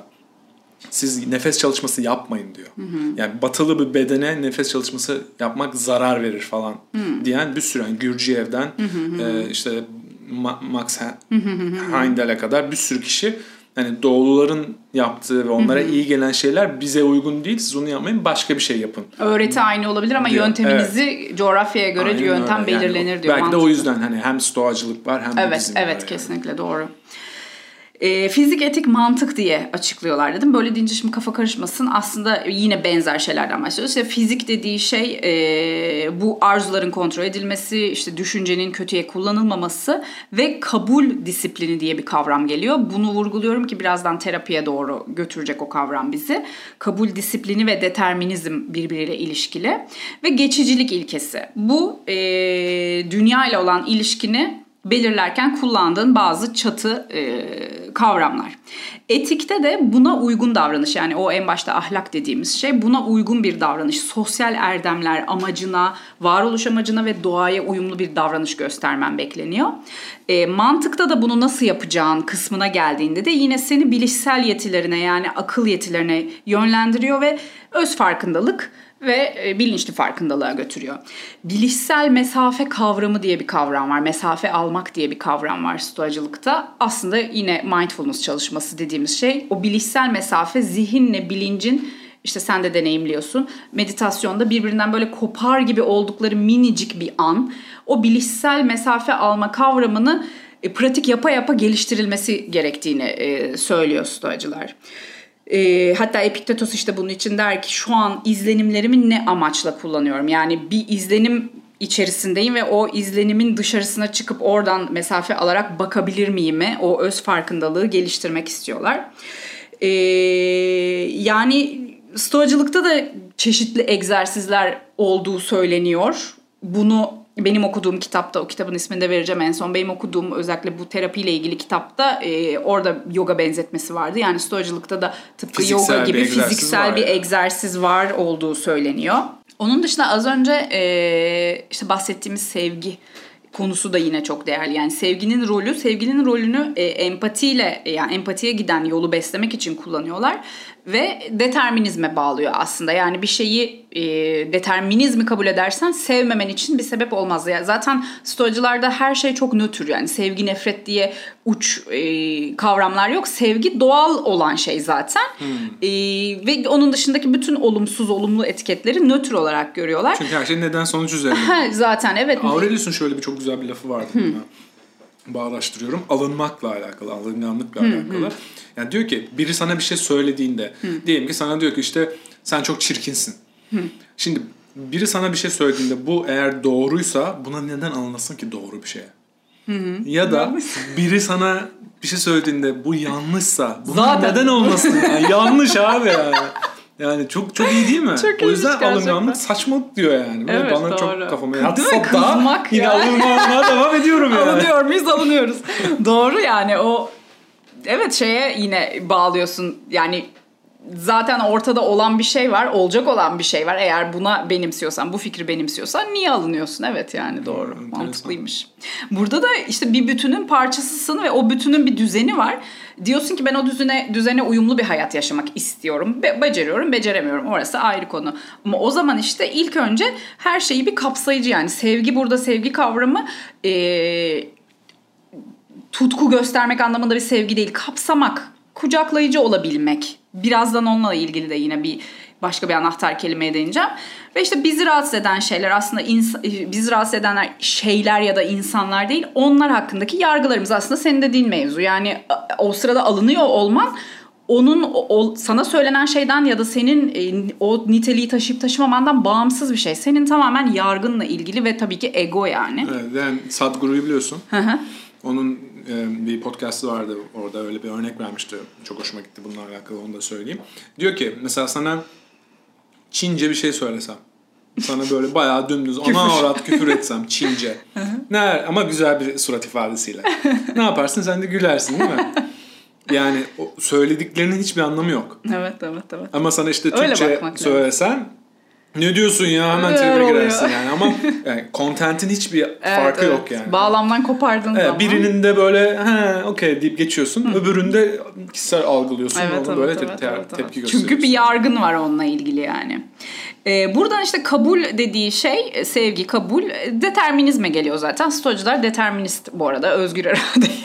Siz nefes çalışması yapmayın diyor. Hı hı. Yani batılı bir bedene nefes çalışması yapmak zarar verir falan hı. diyen bir sürü. Yani Gurdjieff'den hı hı hı. E, işte Max Heindel'e kadar bir sürü kişi yani doğuluların yaptığı ve onlara hı hı. iyi gelen şeyler bize uygun değil. Siz onu yapmayın, başka bir şey yapın. Öğreti aynı olabilir ama diyor. Yönteminizi evet. coğrafyaya göre aynen yöntem öyle. belirlenir yani, diyor. Belki mantıklı. De o yüzden hani hem stoacılık var hem evet, budizm evet, var. Evet kesinlikle yani. Doğru. E, fizik, etik, mantık diye açıklıyorlar dedim. Böyle deyince şimdi kafa karışmasın. Aslında yine benzer şeylerden başlıyoruz. İşte fizik dediği şey e, bu arzuların kontrol edilmesi, işte düşüncenin kötüye kullanılmaması ve kabul disiplini diye bir kavram geliyor. Bunu vurguluyorum ki birazdan terapiye doğru götürecek o kavram bizi. Kabul disiplini ve determinizm birbiriyle ilişkili ve geçicilik ilkesi. Bu e, dünya ile olan ilişkini belirlerken kullandığın bazı çatı e, kavramlar. Etikte de buna uygun davranış, yani o en başta ahlak dediğimiz şey, buna uygun bir davranış. Sosyal erdemler amacına, varoluş amacına ve doğaya uyumlu bir davranış göstermen bekleniyor. E, mantıkta da bunu nasıl yapacağın kısmına geldiğinde de yine seni bilişsel yetilerine, yani akıl yetilerine yönlendiriyor ve öz farkındalık ve bilinçli farkındalığa götürüyor. Bilişsel mesafe kavramı diye bir kavram var. Mesafe almak diye bir kavram var stoacılıkta. Aslında yine mindfulness çalışması dediğimiz şey. O bilişsel mesafe zihinle bilincin, işte sen de deneyimliyorsun, meditasyonda birbirinden böyle kopar gibi oldukları minicik bir an. O bilişsel mesafe alma kavramını e, pratik yapa yapa geliştirilmesi gerektiğini e, söylüyor stoacılar. E, hatta Epiktetos işte bunun için der ki şu an izlenimlerimi ne amaçla kullanıyorum? Yani bir izlenim içerisindeyim ve o izlenimin dışarısına çıkıp oradan mesafe alarak bakabilir miyim? O öz farkındalığı geliştirmek istiyorlar. E, yani stoacılıkta da çeşitli egzersizler olduğu söyleniyor. Bunu benim okuduğum kitapta, o kitabın ismini de vereceğim en son. Benim okuduğum özellikle bu terapiyle ilgili kitapta e, orada yoga benzetmesi vardı. Yani stoacılıkta da tıpkı fiziksel yoga gibi bir fiziksel bir yani. egzersiz var olduğu söyleniyor. Onun dışında az önce e, işte bahsettiğimiz sevgi konusu da yine çok değerli. Yani sevginin rolü, sevginin rolünü e, empatiyle, yani empatiye giden yolu beslemek için kullanıyorlar ve determinizme bağlıyor aslında. Yani bir şeyi e, determinizmi kabul edersen sevmemen için bir sebep olmaz. Yani zaten stoacılarda her şey çok nötr, yani sevgi, nefret diye uç e, kavramlar yok. Sevgi doğal olan şey zaten. Hmm. E, ve onun dışındaki bütün olumsuz, olumlu etiketleri nötr olarak görüyorlar. Çünkü her şey neden sonuç üzerine. Zaten evet. Aurelius'un şöyle bir çok güzel bir lafı vardı. Hmm. Bağdaştırıyorum. Alınmakla alakalı, alınganlıkla hmm. alakalı. Yani diyor ki biri sana bir şey söylediğinde, hmm. diyelim ki sana diyor ki işte sen çok çirkinsin. Hmm. Şimdi biri sana bir şey söylediğinde bu eğer doğruysa buna neden alınasın ki doğru bir şeye? Hmm. Ya da biri sana bir şey söylediğinde bu yanlışsa buna zaten neden olmasın? Yani yanlış abi yani. Yani çok çok iyi değil mi? Çok o yüzden alınganlık saçmalık diyor yani. Evet, bana doğru. çok kafama yattı da kızmak yine alınmaya devam ediyorum yani. Alınıyor muyuz? Alınıyoruz. Doğru yani o evet şeye yine bağlıyorsun. Yani zaten ortada olan bir şey var, olacak olan bir şey var. Eğer buna benimsiyorsan, bu fikri benimsiyorsan niye alınıyorsun? Evet yani doğru. Hmm, mantıklıymış. Burada da işte bir bütünün parçasısın ve o bütünün bir düzeni var. Diyorsun ki ben o düzene düzene uyumlu bir hayat yaşamak istiyorum. Be- beceriyorum, beceremiyorum. Orası ayrı konu. Ama o zaman işte ilk önce her şeyi bir kapsayıcı, yani sevgi, burada sevgi kavramı ee, tutku göstermek anlamında bir sevgi değil. Kapsamak, kucaklayıcı olabilmek. Birazdan onunla ilgili de yine bir başka bir anahtar kelimeye değineceğim. Ve işte bizi rahatsız eden şeyler aslında ins- bizi rahatsız edenler şeyler ya da insanlar değil. Onlar hakkındaki yargılarımız aslında senin dediğin mevzu. Yani o sırada alınıyor olman onun o, o, sana söylenen şeyden ya da senin e, o niteliği taşıyıp taşımamandan bağımsız bir şey. Senin tamamen yargınla ilgili ve tabii ki ego yani. Evet, yani Sadhguru'yu biliyorsun. Hı hı. Onun e, bir podcast'ı vardı, orada öyle bir örnek vermişti. Çok hoşuma gitti bununla alakalı, onu da söyleyeyim. Diyor ki mesela sana Çince bir şey söylesem. Sana böyle bayağı dümdüz ona avrat küfür etsem Çince. ne ama güzel bir surat ifadesiyle. Ne yaparsın? Sen de gülersin değil mi? Yani o söylediklerinin hiçbir anlamı yok. Evet, evet, evet. Ama sana işte Türkçe söylesen ne diyorsun ya hemen tribe girersin yani. Ama yani content'in hiçbir evet, farkı evet. yok yani. Bağlamdan kopardığın evet, zaman. Birinin de böyle he okey deyip geçiyorsun. Hı. Öbüründe kişisel algılıyorsun. Evet, onu evet, böyle evet, te- evet, te- evet. tepki gösteriyorsun. Çünkü bir yargın var onunla ilgili yani. Ee, buradan işte kabul dediği şey, sevgi, kabul, determinizme geliyor zaten. Stoacılar determinist bu arada, özgür iradeyi.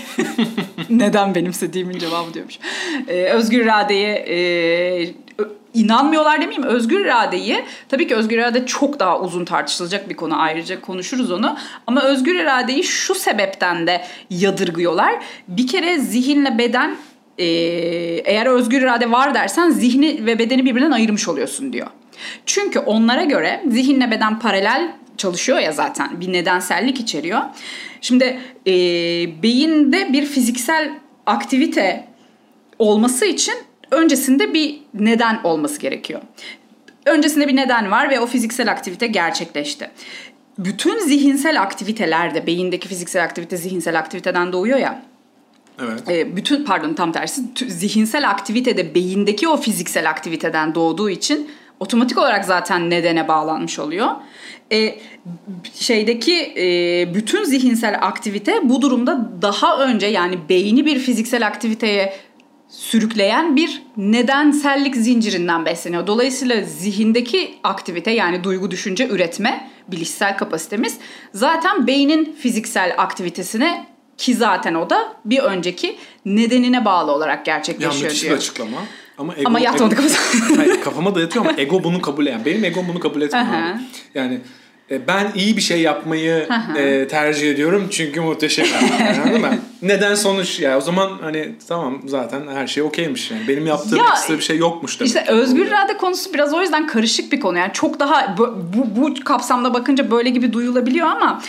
Neden benimsediğimin cevabı diyormuş. Ee, özgür iradeye e, inanmıyorlar demeyeyim. Özgür iradeyi, tabii ki özgür irade çok daha uzun tartışılacak bir konu. Ayrıca konuşuruz onu. Ama özgür iradeyi şu sebepten de yadırgıyorlar. Bir kere zihinle beden, e, eğer özgür irade var dersen zihni ve bedeni birbirinden ayırmış oluyorsun diyor. Çünkü onlara göre zihinle beden paralel çalışıyor ya zaten. Bir nedensellik içeriyor. Şimdi e, beyinde bir fiziksel aktivite olması için öncesinde bir neden olması gerekiyor. Öncesinde bir neden var ve o fiziksel aktivite gerçekleşti. Bütün zihinsel aktivitelerde, beyindeki fiziksel aktivite zihinsel aktiviteden doğuyor ya. Evet. E, bütün pardon tam tersi zihinsel aktivite de beyindeki o fiziksel aktiviteden doğduğu için otomatik olarak zaten nedene bağlanmış oluyor. E, şeydeki e, bütün zihinsel aktivite bu durumda daha önce yani beyni bir fiziksel aktiviteye sürükleyen bir nedensellik zincirinden besleniyor. Dolayısıyla zihindeki aktivite yani duygu, düşünce, üretme, bilişsel kapasitemiz zaten beynin fiziksel aktivitesine ki zaten o da bir önceki nedenine bağlı olarak gerçekleşiyor diyor. Ya müthiş bir açıklama. Ama, ego, ama yatmadı ego, hayır, kafama da yatıyor ama ego bunu kabul ediyor. Yani benim egom bunu kabul etmiyor. Yani e, ben iyi bir şey yapmayı e, tercih ediyorum çünkü muhteşem. Yani, anladın mı? Neden sonuç ya? O zaman hani tamam zaten her şey okeymiş. Yani. Benim yaptığım ya, ekstra bir şey yokmuş demek. İşte özgür irade konusu biraz o yüzden karışık bir konu. Yani çok daha bu, bu, bu kapsamda bakınca böyle gibi duyulabiliyor ama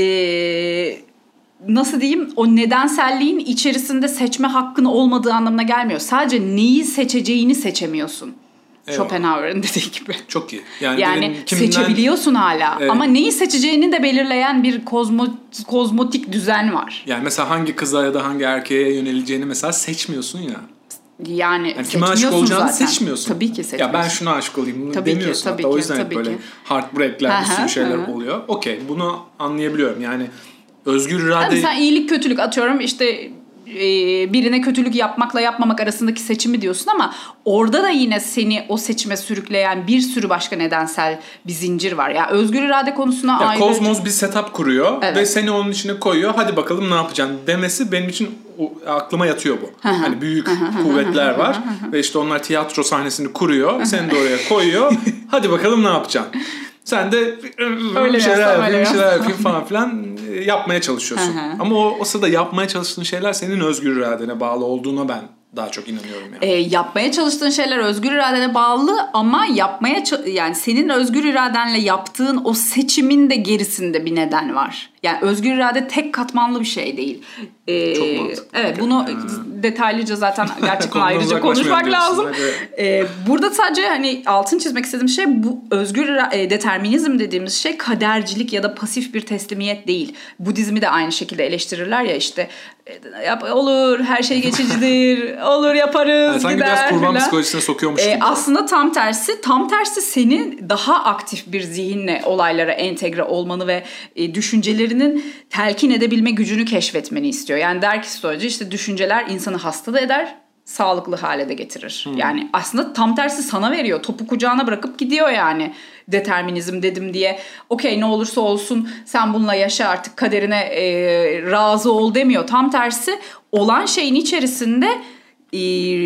eee nasıl diyeyim, o nedenselliğin içerisinde seçme hakkın olmadığı anlamına gelmiyor. Sadece neyi seçeceğini seçemiyorsun. Eyvallah. Schopenhauer'ın dediği gibi. Çok iyi. Yani, yani kimden... seçebiliyorsun hala. Evet. Ama neyi seçeceğini de belirleyen bir kozmo, kozmotik düzen var. Yani mesela hangi kıza ya da hangi erkeğe yöneleceğini mesela seçmiyorsun ya. Yani, yani kime aşık olacağını zaten. Seçmiyorsun. Tabii ki seçmiyorsun. Ya ben şuna aşık olayım tabii demiyorsun. Ki, tabii hatta. ki, o yüzden tabii böyle ki. heartbreak'ler bir sürü şeyler oluyor. Okey, bunu anlayabiliyorum. Yani özgür irade... Yani sen iyilik kötülük atıyorum işte birine kötülük yapmakla yapmamak arasındaki seçimi diyorsun ama orada da yine seni o seçime sürükleyen bir sürü başka nedensel bir zincir var. Yani özgür irade konusuna ya ayrı... Kozmos bir setup kuruyor evet. ve seni onun içine koyuyor. Hadi bakalım ne yapacaksın demesi benim için aklıma yatıyor bu. Hani büyük kuvvetler var ve işte onlar tiyatro sahnesini kuruyor. Seni de oraya koyuyor. Hadi bakalım ne yapacaksın. Sen de öyle bir şeyler yapayım, bir şeyler yapayım falan filan yapmaya çalışıyorsun. Hı hı. Ama o, o sırada yapmaya çalıştığın şeyler senin özgür iradene bağlı olduğuna ben daha çok inanıyorum yani. E, yapmaya çalıştığın şeyler özgür iradene bağlı ama yapmaya yani senin özgür iradenle yaptığın o seçimin de gerisinde bir neden var. Yani özgür irade tek katmanlı bir şey değil. Ee, Çok mantıklı. Evet, bunu ha. detaylıca zaten gerçekten ayrıca konuşmak lazım. Ee, burada sadece hani altın çizmek istediğim şey bu özgür e, determinizm dediğimiz şey kadercilik ya da pasif bir teslimiyet değil. Budizmi de aynı şekilde eleştirirler ya işte yap, olur her şey geçicidir, olur yaparız yani sanki gider. Sanki biraz kurban psikolojisine sokuyormuş gibi. Ee, aslında tam tersi, tam tersi seni daha aktif bir zihinle olaylara entegre olmanı ve e, düşünceleri telkin edebilme gücünü keşfetmeni istiyor. Yani der ki Stoacı işte düşünceler insanı hasta da eder, sağlıklı hale de getirir. Hmm. Yani aslında tam tersi sana veriyor. Topu kucağına bırakıp gidiyor yani. Determinizm dedim diye. Okey ne olursa olsun sen bununla yaşa artık kaderine e, razı ol demiyor. Tam tersi olan şeyin içerisinde e,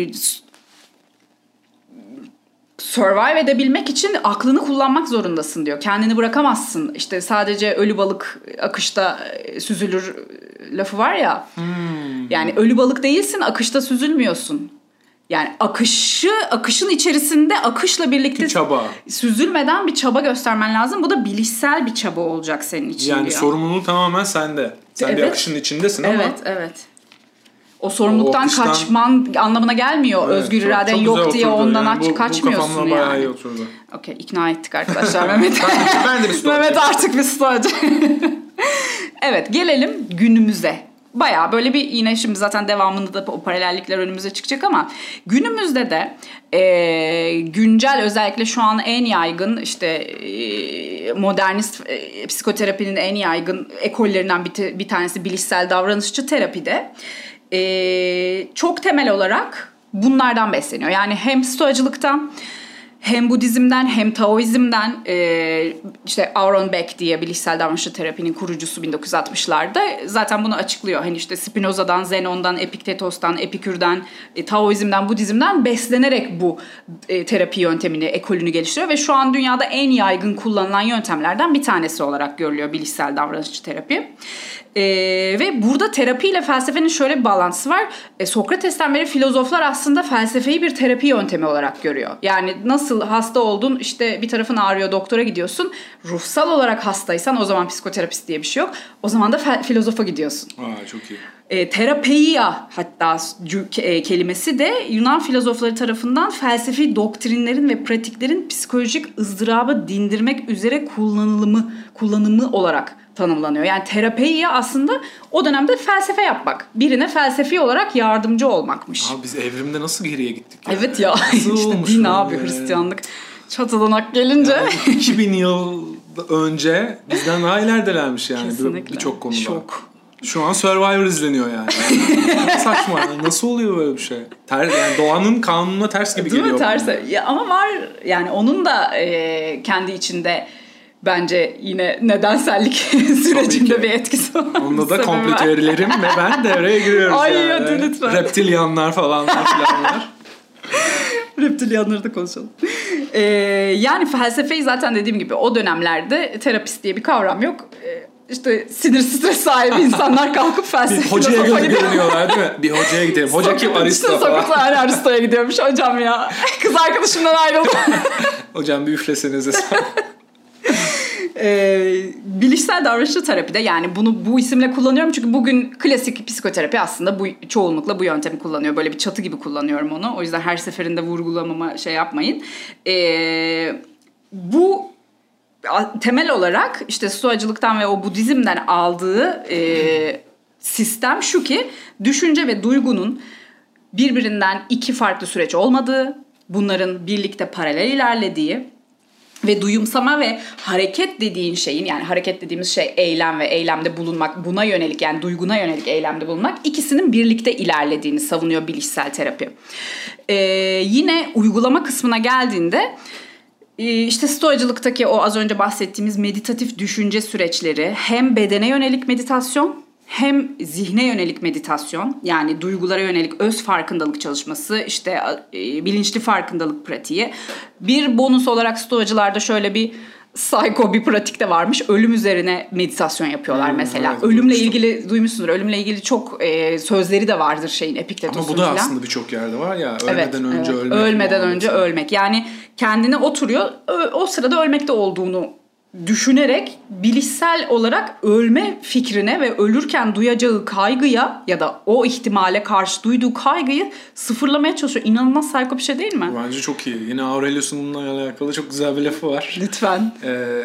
survive edebilmek için aklını kullanmak zorundasın diyor. Kendini bırakamazsın. İşte sadece ölü balık akışta süzülür lafı var ya. Hmm. Yani ölü balık değilsin, akışta süzülmüyorsun. Yani akışı, akışın içerisinde akışla birlikte bir çaba. Süzülmeden bir çaba göstermen lazım. Bu da bilişsel bir çaba olacak senin için yani diyor. Yani sorumluluğu tamamen sende. Sen evet. bir akışın içindesin ama. Evet, evet. O sorumluluktan o akıştan... kaçman anlamına gelmiyor. Evet, özgür iraden yok diye ondan yani bu, kaçmıyorsun yani. Bu kafamda bayağı iyi oturdu. Okey, ikna ettik arkadaşlar Mehmet. ben de bir stoacı. Mehmet artık bir stoacı. Evet, gelelim günümüze. bayağı böyle bir yine şimdi zaten devamında da o paralellikler önümüze çıkacak ama günümüzde de e, güncel özellikle şu an en yaygın işte e, modernist e, psikoterapinin en yaygın ekollerinden bir, bir tanesi bilişsel davranışçı terapide e, çok temel olarak bunlardan besleniyor. Yani hem stoacılıktan hem Budizm'den hem Taoizm'den e, işte Aaron Beck diye bilişsel davranışçı terapinin kurucusu bin dokuz yüz altmışlarda zaten bunu açıklıyor. Hani işte Spinoza'dan, Zenon'dan, Epiktetos'tan, Epikür'den, e, Taoizm'den, Budizm'den beslenerek bu e, terapi yöntemini, ekolünü geliştiriyor ve şu an dünyada en yaygın kullanılan yöntemlerden bir tanesi olarak görülüyor bilişsel davranışçı terapi. Ee, ve burada terapiyle felsefenin şöyle bir bağlantısı var. E, Sokrates'ten beri filozoflar aslında felsefeyi bir terapi yöntemi olarak görüyor. Yani nasıl hasta oldun, işte bir tarafın ağrıyor, doktora gidiyorsun. Ruhsal olarak hastaysan o zaman psikoterapist diye bir şey yok. O zaman da fe- filozofa gidiyorsun. Aa, çok iyi. E, terapeia hatta e, kelimesi de Yunan filozofları tarafından felsefi doktrinlerin ve pratiklerin psikolojik ızdırabı dindirmek üzere kullanılımı kullanımı olarak tanımlanıyor. Yani terapeia aslında o dönemde felsefe yapmak. Birine felsefi olarak yardımcı olmakmış. Abi biz evrimde nasıl geriye gittik? Yani? Evet ya. İşte din abi, Hristiyanlık. Çatıdanak gelince. Yani iki bin yıl önce bizden daha ileridelermiş yani birçok konuda. Şok. Şu an Survivor izleniyor yani. yani saçma. Yani nasıl oluyor böyle bir şey? Ter, yani doğanın kanununa ters gibi Değil geliyor. Değil mi? Ters. Ya ama var yani onun da e, kendi içinde bence yine nedensellik sürecinde bir etkisi var. Onda da komplo teorilerim ve ben devreye giriyoruz. Ay yani. hadi lütfen. Reptilyanlar falanlar filanlar. Reptilyanları da konuşalım. Ee, yani felsefeyi zaten dediğim gibi o dönemlerde terapist diye bir kavram yok. Ee, işte sinir stres sahibi insanlar kalkıp felsefe bir hocaya göz görünüyorlar değil mi? Bir hocaya gidelim. Hoca kim? Aristo falan. Sokrat Aristo'ya gidiyormuş hocam ya. Kız arkadaşımdan ayrıldım. Hocam bir üflesenize. Ee, bilişsel davranışçı terapide yani bunu bu isimle kullanıyorum çünkü bugün klasik psikoterapi aslında bu çoğunlukla bu yöntemi kullanıyor. Böyle bir çatı gibi kullanıyorum onu. O yüzden her seferinde vurgulamama şey yapmayın. Ee, bu temel olarak işte stoacılıktan ve o Budizm'den aldığı e, sistem şu ki düşünce ve duygunun birbirinden iki farklı süreç olmadığı, bunların birlikte paralel ilerlediği ve duyumsama ve hareket dediğin şeyin yani hareket dediğimiz şey eylem ve eylemde bulunmak, buna yönelik yani duyguna yönelik eylemde bulunmak ikisinin birlikte ilerlediğini savunuyor bilişsel terapi. Ee, yine uygulama kısmına geldiğinde işte stoacılıktaki o az önce bahsettiğimiz meditatif düşünce süreçleri hem bedene yönelik meditasyon hem zihne yönelik meditasyon yani duygulara yönelik öz farkındalık çalışması işte e, bilinçli farkındalık pratiği. Bir bonus olarak stoacılarda şöyle bir psycho bir pratik de varmış. Ölüm üzerine meditasyon yapıyorlar hmm, mesela. Evet, ölümle duymuştum. ilgili duymuşsundur. Ölümle ilgili çok e, sözleri de vardır şeyin Epiktetos'un falan. Ama bu da falan. aslında birçok yerde var ya. Ölmeden evet, önce evet. ölmek. Ölmeden önce ölmek. Yani kendine oturuyor. O sırada ölmekte olduğunu düşünerek bilişsel olarak ölme fikrine ve ölürken duyacağı kaygıya ya da o ihtimale karşı duyduğu kaygıyı sıfırlamaya çalışıyor. İnanılmaz psycho bir şey değil mi? Bence çok iyi. Yine Aurelius'un bununla alakalı çok güzel bir lafı var. Lütfen. Ee,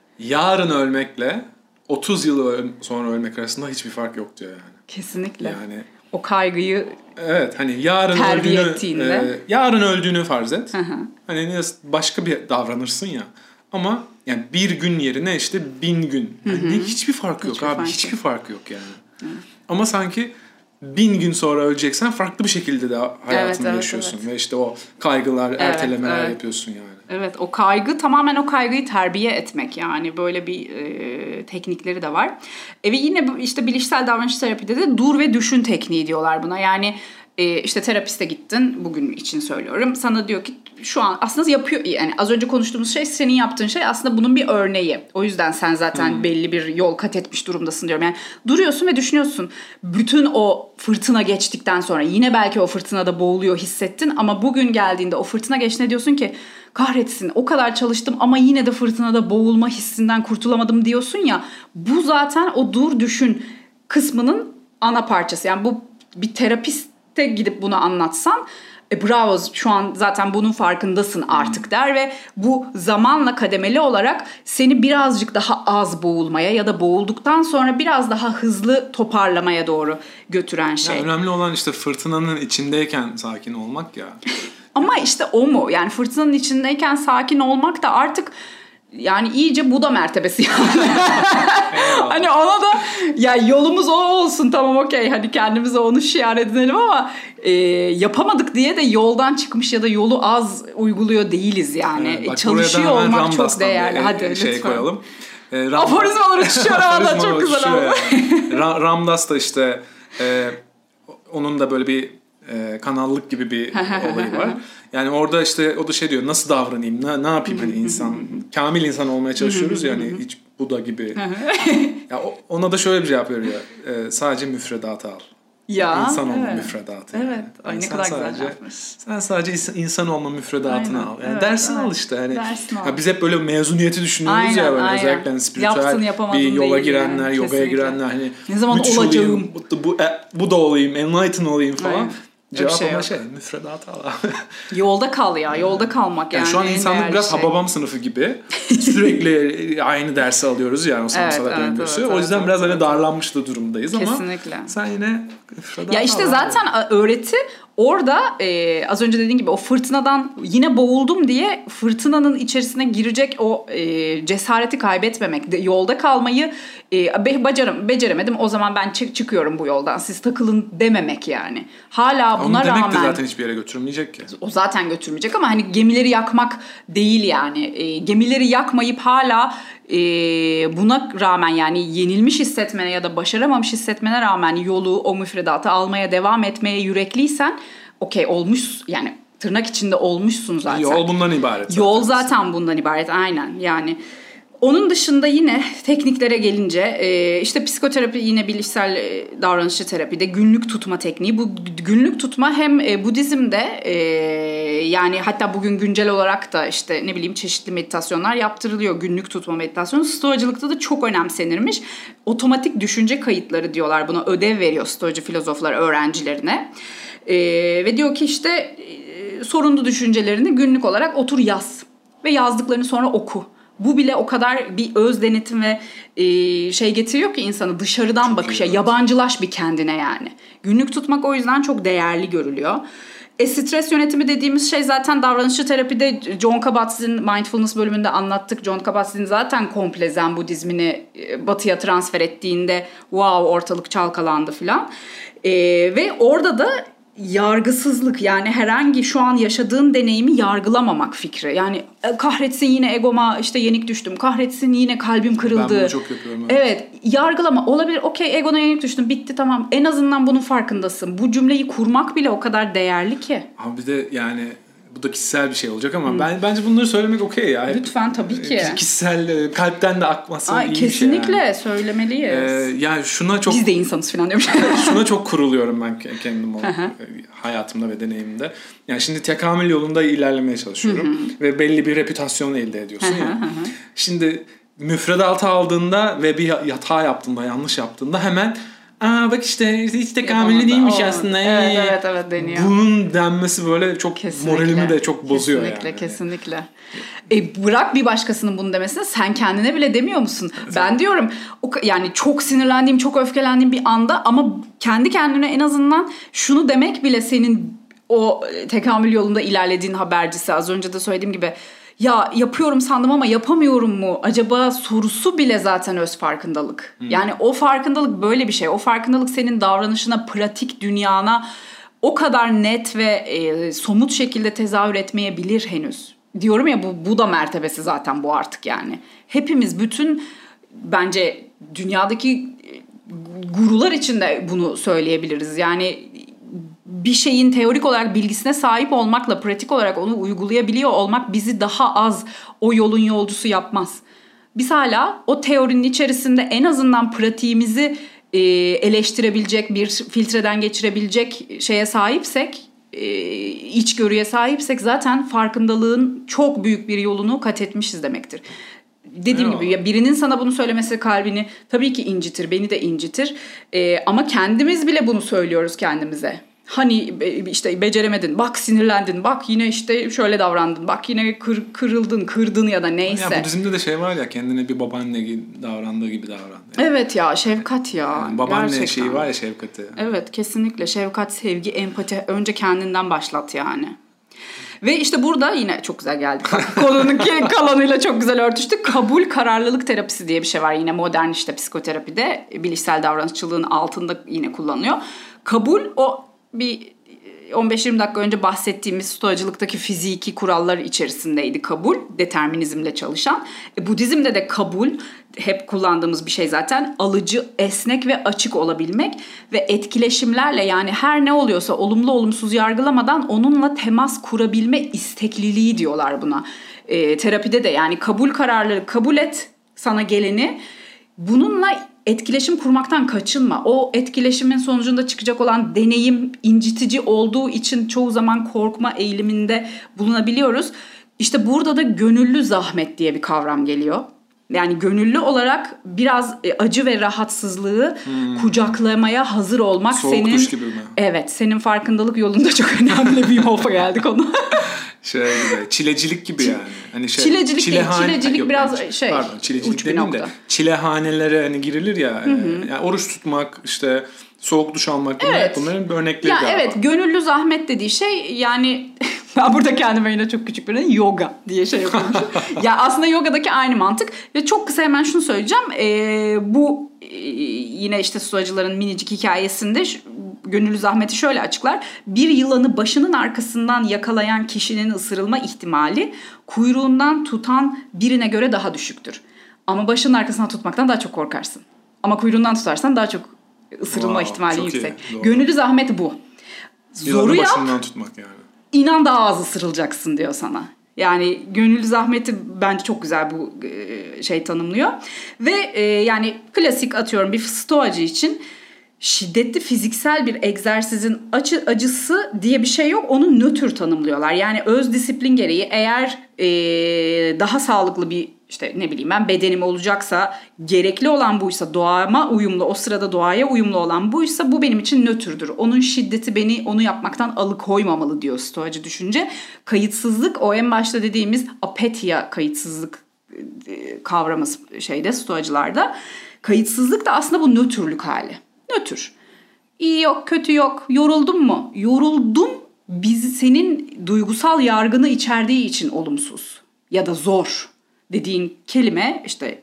yarın ölmekle otuz yıl sonra ölmek arasında hiçbir fark yok diyor yani. Kesinlikle. Yani o kaygıyı evet hani yarın öldüğünü ettiğinde. E, yarın öldüğünü farz et. Hı hı. Hani başka bir davranırsın ya. Ama yani bir gün yerine işte bin gün. Yani hı hı. Hiçbir fark yok hiçbir abi. Fark hiçbir yok. fark yok yani. Hı. Ama sanki bin gün sonra öleceksen farklı bir şekilde de hayatını evet, evet, yaşıyorsun. Evet. Ve işte o kaygılar, evet, ertelemeler evet. yapıyorsun yani. Evet o kaygı tamamen o kaygıyı terbiye etmek yani böyle bir e, teknikleri de var. E, ve yine işte bilişsel davranış terapide de dur ve düşün tekniği diyorlar buna. Yani e, işte terapiste gittin bugün için söylüyorum. Sana diyor ki şu an aslında yapıyor yani az önce konuştuğumuz şey senin yaptığın şey aslında bunun bir örneği. O yüzden sen zaten hmm. belli bir yol kat etmiş durumdasın diyorum. Yani duruyorsun ve düşünüyorsun. Bütün o fırtına geçtikten sonra yine belki o fırtınada boğuluyor hissettin ama bugün geldiğinde o fırtına geçtiğinde diyorsun ki kahretsin o kadar çalıştım ama yine de fırtınada boğulma hissinden kurtulamadım diyorsun ya. Bu zaten o dur düşün kısmının ana parçası. Yani bu bir terapiste gidip bunu anlatsan E bravo, şu an zaten bunun farkındasın artık der ve bu zamanla kademeli olarak seni birazcık daha az boğulmaya ya da boğulduktan sonra biraz daha hızlı toparlamaya doğru götüren şey. Ya önemli olan işte fırtınanın içindeyken sakin olmak ya. Ama işte o mu? Yani fırtınanın içindeyken sakin olmak da artık yani iyice Buda mertebesi yani. Hani ona da ya yolumuz o olsun, tamam okey, hadi kendimize onu şiar edinelim ama e, yapamadık diye de yoldan çıkmış ya da yolu az uyguluyor değiliz yani. Evet, bak, çalışıyor olmak çok değerli. Bir, hadi şey lütfen. koyalım. E, Ram- Aforizmalar uçuşuyor havada, çok güzel oldu. Yani. Ra- Ramdas da işte e, onun da böyle bir e, kanallık gibi bir olayı var. Yani orada işte o da şey diyor, nasıl davranayım, ne, ne yapayım hani insan, kamil insan olmaya çalışıyoruz ya hani hiç Buda gibi. Ya ona da şöyle bir cevap veriyor. E, sadece müfredatı al. Ya, İnsan olma evet. müfredatı. Evet. Yani. Ay, yani ne kadar sadece, güzel yapmış. sen sadece insan olma müfredatını Aynen. al. Yani Evet, dersini evet. al işte. Hani, Dersini al. ya biz hep böyle mezuniyeti düşünüyoruz aynen, ya böyle aynen. özellikle hani spiritüel Yaptın, bir yola değil girenler, yani. yogaya Kesinlikle. girenler hani ne zaman müthiş olacağım? olayım, bu, bu, bu da olayım, enlighten olayım falan. Aynen. Cevap şey ama yok. şey müfredatı al. Yolda kal ya. Yolda kalmak yani. Yani şu an en insanlık değerli biraz şey. Hababam sınıfı gibi. Sürekli aynı dersi alıyoruz yani o sanatsallar evet, döngüsü. evet, o yüzden evet, biraz evet, hani darlanmış da durumdayız Kesinlikle. ama sen yine müfredatı ya işte al. zaten öğreti orada e, az önce dediğin gibi o fırtınadan yine boğuldum diye fırtınanın içerisine girecek o e, cesareti kaybetmemek, de, yolda kalmayı e, be, bacarım, beceremedim o zaman ben çık, çıkıyorum bu yoldan, siz takılın dememek yani. Hala buna Onu demek rağmen. de zaten hiçbir yere götürmeyecek ki. O zaten götürmeyecek ama hani gemileri yakmak değil yani. E, gemileri yakmayıp hala e, buna rağmen yani yenilmiş hissetmene ya da başaramamış hissetmene rağmen yolu, o müfredatı almaya devam etmeye yürekliysen okey olmuş yani, tırnak içinde olmuşsun zaten. Yol bundan ibaret. Zaten. Yol zaten bundan ibaret aynen yani. Onun dışında yine tekniklere gelince işte psikoterapi yine bilişsel davranışçı terapide günlük tutma tekniği. Bu günlük tutma hem Budizm'de yani hatta bugün güncel olarak da işte ne bileyim çeşitli meditasyonlar yaptırılıyor. Günlük tutma meditasyonu Stoacılıkta da çok önemsenirmiş. Otomatik düşünce kayıtları diyorlar buna, ödev veriyor Stoacı filozoflar öğrencilerine. Ve diyor ki işte sorunlu düşüncelerini günlük olarak otur yaz ve yazdıklarını sonra oku. Bu bile o kadar bir öz denetim ve e, şey getiriyor ki insanı dışarıdan çok bakışa, iyi, yabancılaş bir kendine yani. Günlük tutmak o yüzden çok değerli görülüyor. E, stres yönetimi dediğimiz şey zaten davranışçı terapide John Kabat-Zinn'in Mindfulness bölümünde anlattık. John Kabat-Zinn zaten komple Zen Budizmini e, batıya transfer ettiğinde wow ortalık çalkalandı filan. E, ve orada da yargısızlık yani herhangi şu an yaşadığın deneyimi yargılamamak fikri. Yani kahretsin yine egoma işte yenik düştüm. Kahretsin yine kalbim kırıldı. Ben bunu çok yapıyorum. Evet, evet yargılama olabilir. Okey egona yenik düştüm bitti tamam. En azından bunun farkındasın. Bu cümleyi kurmak bile o kadar değerli ki. Abi bir de yani bu da kişisel bir şey olacak ama hmm. ben bence bunları söylemek okey ya. Lütfen tabii ki. Kişisel kalpten de akması Ay, iyi bir şey. Kesinlikle söylemeliyiz. Ee, yani şuna çok... Biz de insanız falan demiş. Şuna çok kuruluyorum ben kendim o hayatımda ve deneyimimde. Yani şimdi tekamül yolunda ilerlemeye çalışıyorum. Ve belli bir reputasyon elde ediyorsun ya. Şimdi müfredatı aldığında ve bir hata yaptığında, yanlış yaptığında hemen aa bak işte hiç tekamüllü değilmiş o. aslında. Evet evet evet deniyor. Bunun denmesi böyle çok kesinlikle, moralimi de çok bozuyor kesinlikle, yani. Kesinlikle kesinlikle. E bırak bir başkasının bunu demesini, sen kendine bile demiyor musun? Evet. Ben diyorum o, yani çok sinirlendiğim, çok öfkelendiğim bir anda ama kendi kendine en azından şunu demek bile senin o tekamül yolunda ilerlediğin habercisi. Az önce de söylediğim gibi ya yapıyorum sandım ama yapamıyorum mu acaba sorusu bile zaten öz farkındalık. Hmm. Yani o farkındalık böyle bir şey. O farkındalık senin davranışına, pratik dünyana o kadar net ve e, somut şekilde tezahür etmeyebilir henüz. Diyorum ya bu Buda mertebesi zaten bu artık yani. Hepimiz bütün bence dünyadaki gurular için de bunu söyleyebiliriz. Yani bir şeyin teorik olarak bilgisine sahip olmakla pratik olarak onu uygulayabiliyor olmak bizi daha az o yolun yolcusu yapmaz. Biz hala o teorinin içerisinde en azından pratiğimizi e, eleştirebilecek, bir filtreden geçirebilecek şeye sahipsek, e, içgörüye sahipsek zaten farkındalığın çok büyük bir yolunu kat etmişiz demektir. Dediğim Eyvallah. gibi birinin sana bunu söylemesi kalbini tabii ki incitir, beni de incitir. E, ama kendimiz bile bunu söylüyoruz kendimize. Hani işte beceremedin, bak sinirlendin, bak yine işte şöyle davrandın, bak yine kır, kırıldın, kırdın ya da neyse. Ya Budizm'de de şey var ya, kendine bir babaanne gibi davrandığı gibi davran. Yani. Evet ya, şefkat ya. Yani babaanne gerçekten. Şeyi var ya, şefkati. Evet, kesinlikle şefkat, sevgi, empati önce kendinden başlat yani. Ve işte burada yine çok güzel geldi. Konunun kalanıyla çok güzel örtüştük. Kabul kararlılık terapisi diye bir şey var. Yine modern işte psikoterapide bilişsel davranışçılığın altında yine kullanılıyor. Kabul o bir on beş yirmi dakika önce bahsettiğimiz stoacılıktaki fiziki kurallar içerisindeydi kabul. Determinizmle çalışan. E, Budizm'de de kabul hep kullandığımız bir şey zaten. Alıcı, esnek ve açık olabilmek ve etkileşimlerle, yani her ne oluyorsa olumlu olumsuz yargılamadan onunla temas kurabilme istekliliği diyorlar buna. E, terapide de yani kabul kararları, kabul et sana geleni. Bununla etkileşim kurmaktan kaçınma. O etkileşimin sonucunda çıkacak olan deneyim incitici olduğu için çoğu zaman korkma eğiliminde bulunabiliyoruz. İşte burada da gönüllü zahmet diye bir kavram geliyor. Yani gönüllü olarak biraz acı ve rahatsızlığı hmm. kucaklamaya hazır olmak. Soğuk senin duş gibi mi? Evet, senin farkındalık yolunda çok önemli bir hofa geldi konu. Şey gibi, çilecilik gibi yani. Hani şey, çilecilik çilehane, değil, çilecilik yok, biraz yani, şey. Pardon, çilecilik demeyeyim de çilehanelere hani girilir ya. Hı hı. Yani oruç tutmak, işte soğuk duş almak, bunlar, evet. bunların bir örnekleri ya galiba. Evet, gönüllü zahmet dediği şey yani ben burada kendime yine çok küçük bir yoga diye şey yapıyormuşum. Ya aslında yogadaki aynı mantık. Ve çok kısa hemen şunu söyleyeceğim. Ee, bu e, yine işte stoacıların minicik hikayesinde şu, gönüllü zahmeti şöyle açıklar. Bir yılanı başının arkasından yakalayan kişinin ısırılma ihtimali kuyruğundan tutan birine göre daha düşüktür. Ama başının arkasından tutmaktan daha çok korkarsın. Ama kuyruğundan tutarsan daha çok ısırılma wow, ihtimali yüksek. Iyi, gönüllü zahmet bu. Zoru yap. Başından tutmak yani. İnan daha az ısırılacaksın diyor sana. Yani gönüllü zahmeti bence çok güzel bu şey tanımlıyor. Ve e, yani klasik atıyorum bir stoacı için şiddetli fiziksel bir egzersizin acı, acısı diye bir şey yok. Onu nötr tanımlıyorlar. Yani öz disiplin gereği eğer e, daha sağlıklı bir işte ne bileyim ben bedenim olacaksa, gerekli olan buysa, doğama uyumlu, o sırada doğaya uyumlu olan buysa bu benim için nötrdür. Onun şiddeti beni onu yapmaktan alıkoymamalı diyor stoacı düşünce. Kayıtsızlık, o en başta dediğimiz apatia, kayıtsızlık kavramı şeyde stoacılarda. Kayıtsızlık da aslında bu nötrlük hali. Nötr. İyi yok, kötü yok. Yoruldun mu? Yoruldum. Biz senin duygusal yargını içerdiği için olumsuz ya da zor dediğin kelime, işte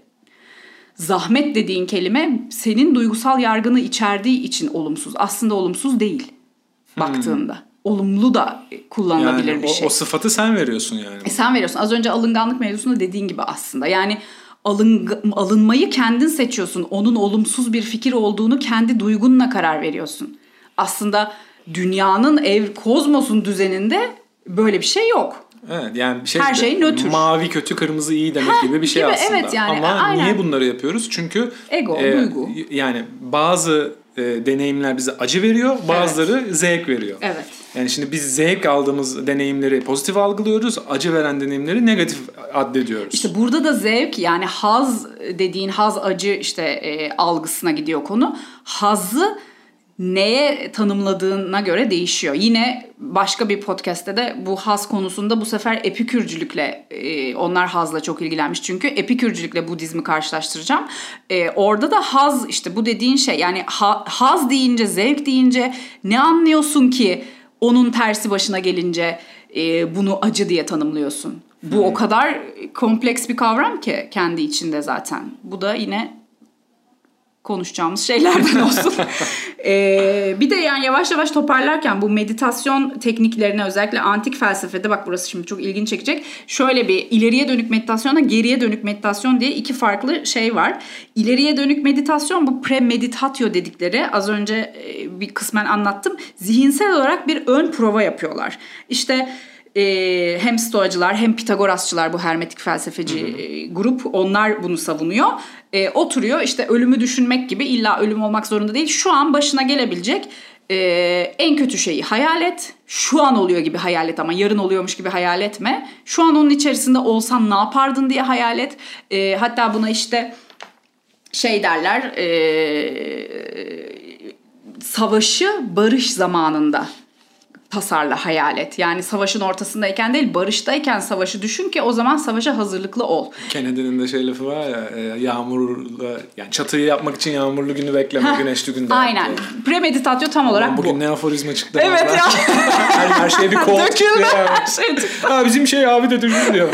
zahmet dediğin kelime senin duygusal yargını içerdiği için olumsuz. Aslında olumsuz değil baktığında. Hmm. Olumlu da kullanılabilir yani bir o, şey. O sıfatı sen veriyorsun yani. E sen veriyorsun. Az önce alınganlık mevzusunda dediğin gibi aslında. Yani alın, alınmayı kendin seçiyorsun. Onun olumsuz bir fikir olduğunu kendi duygunla karar veriyorsun. Aslında dünyanın, ev, kozmosun düzeninde böyle bir şey yok. Evet, yani şey, her şey nötr. Mavi kötü, kırmızı iyi demek ha, gibi bir şey gibi, aslında. Evet, yani, ama aynen. Niye bunları yapıyoruz? Çünkü ego, e, duygu. Yani bazı e, deneyimler bize acı veriyor, bazıları evet. zevk veriyor. Evet. Yani şimdi biz zevk aldığımız deneyimleri pozitif algılıyoruz, acı veren deneyimleri negatif addediyoruz. İşte burada da zevk, yani haz dediğin haz acı işte e, algısına gidiyor konu. Hazı neye tanımladığına göre değişiyor. Yine başka bir podcast'te de bu haz konusunda bu sefer epikürcülükle, e, onlar hazla çok ilgilenmiş çünkü epikürcülükle Budizmi karşılaştıracağım. E, orada da haz, işte bu dediğin şey, yani ha, haz deyince, zevk deyince ne anlıyorsun ki onun tersi başına gelince e, bunu acı diye tanımlıyorsun. Bu hmm. o kadar kompleks bir kavram ki kendi içinde zaten. Bu da yine konuşacağımız şeylerden olsun. ee, bir de yani yavaş yavaş toparlarken bu meditasyon tekniklerine, özellikle antik felsefede, bak burası şimdi çok ilgini çekecek. Şöyle bir ileriye dönük meditasyonla geriye dönük meditasyon diye iki farklı şey var. İleriye dönük meditasyon bu premeditatio dedikleri, az önce bir kısmen anlattım. Zihinsel olarak bir ön prova yapıyorlar. İşte Ee, hem stoacılar hem Pitagorasçılar, bu hermetik felsefeci hı hı. grup, onlar bunu savunuyor. Ee, oturuyor işte ölümü düşünmek gibi, illa ölüm olmak zorunda değil. Şu an başına gelebilecek e, en kötü şeyi hayal et. Şu an oluyor gibi hayal et ama yarın oluyormuş gibi hayal etme. Şu an onun içerisinde olsan ne yapardın diye hayal et. E, hatta buna işte şey derler... E, savaşı barış zamanında tasarla, hayal et. Yani savaşın ortasındayken değil, barıştayken savaşı düşün ki o zaman savaşa hazırlıklı ol. Kennedy'nin de şey lafı var ya, yağmurla, yani çatıyı yapmak için yağmurlu günü bekleme, güneşli günde. Aynen. Yaptı. Premeditasyon tam olarak Aman, bu. bugün ne aforizma çıktı. Evet ya. her, her şeye bir kol çıktı. Her şey çıktı. Ha, bizim şey abi de düşün diyor.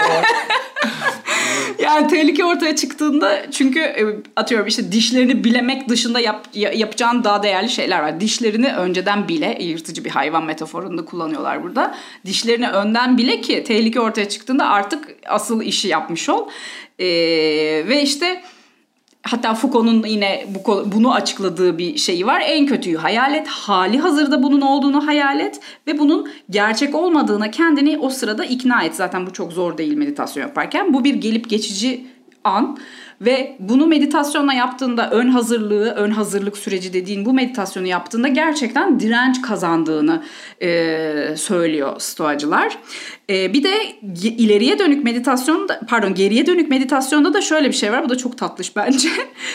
Yani tehlike ortaya çıktığında, çünkü atıyorum işte dişlerini bilemek dışında yap, yapacağın daha değerli şeyler var. Dişlerini önceden bile, yırtıcı bir hayvan metaforunu kullanıyorlar burada. Dişlerini önden bile ki tehlike ortaya çıktığında artık asıl işi yapmış ol. Ee, ve işte hatta Foucault'un yine bu, bunu açıkladığı bir şeyi var. En kötüyü hayal et. Hali hazırda bunun olduğunu hayal et. Ve bunun gerçek olmadığına kendini o sırada ikna et. Zaten bu çok zor değil meditasyon yaparken. Bu bir gelip geçici an. Ve bunu meditasyonla yaptığında, ön hazırlığı, ön hazırlık süreci dediğin bu meditasyonu yaptığında gerçekten direnç kazandığını e, söylüyor Stoacılar. E, bir de ileriye dönük meditasyonda, pardon geriye dönük meditasyonda da şöyle bir şey var. Bu da çok tatlış bence.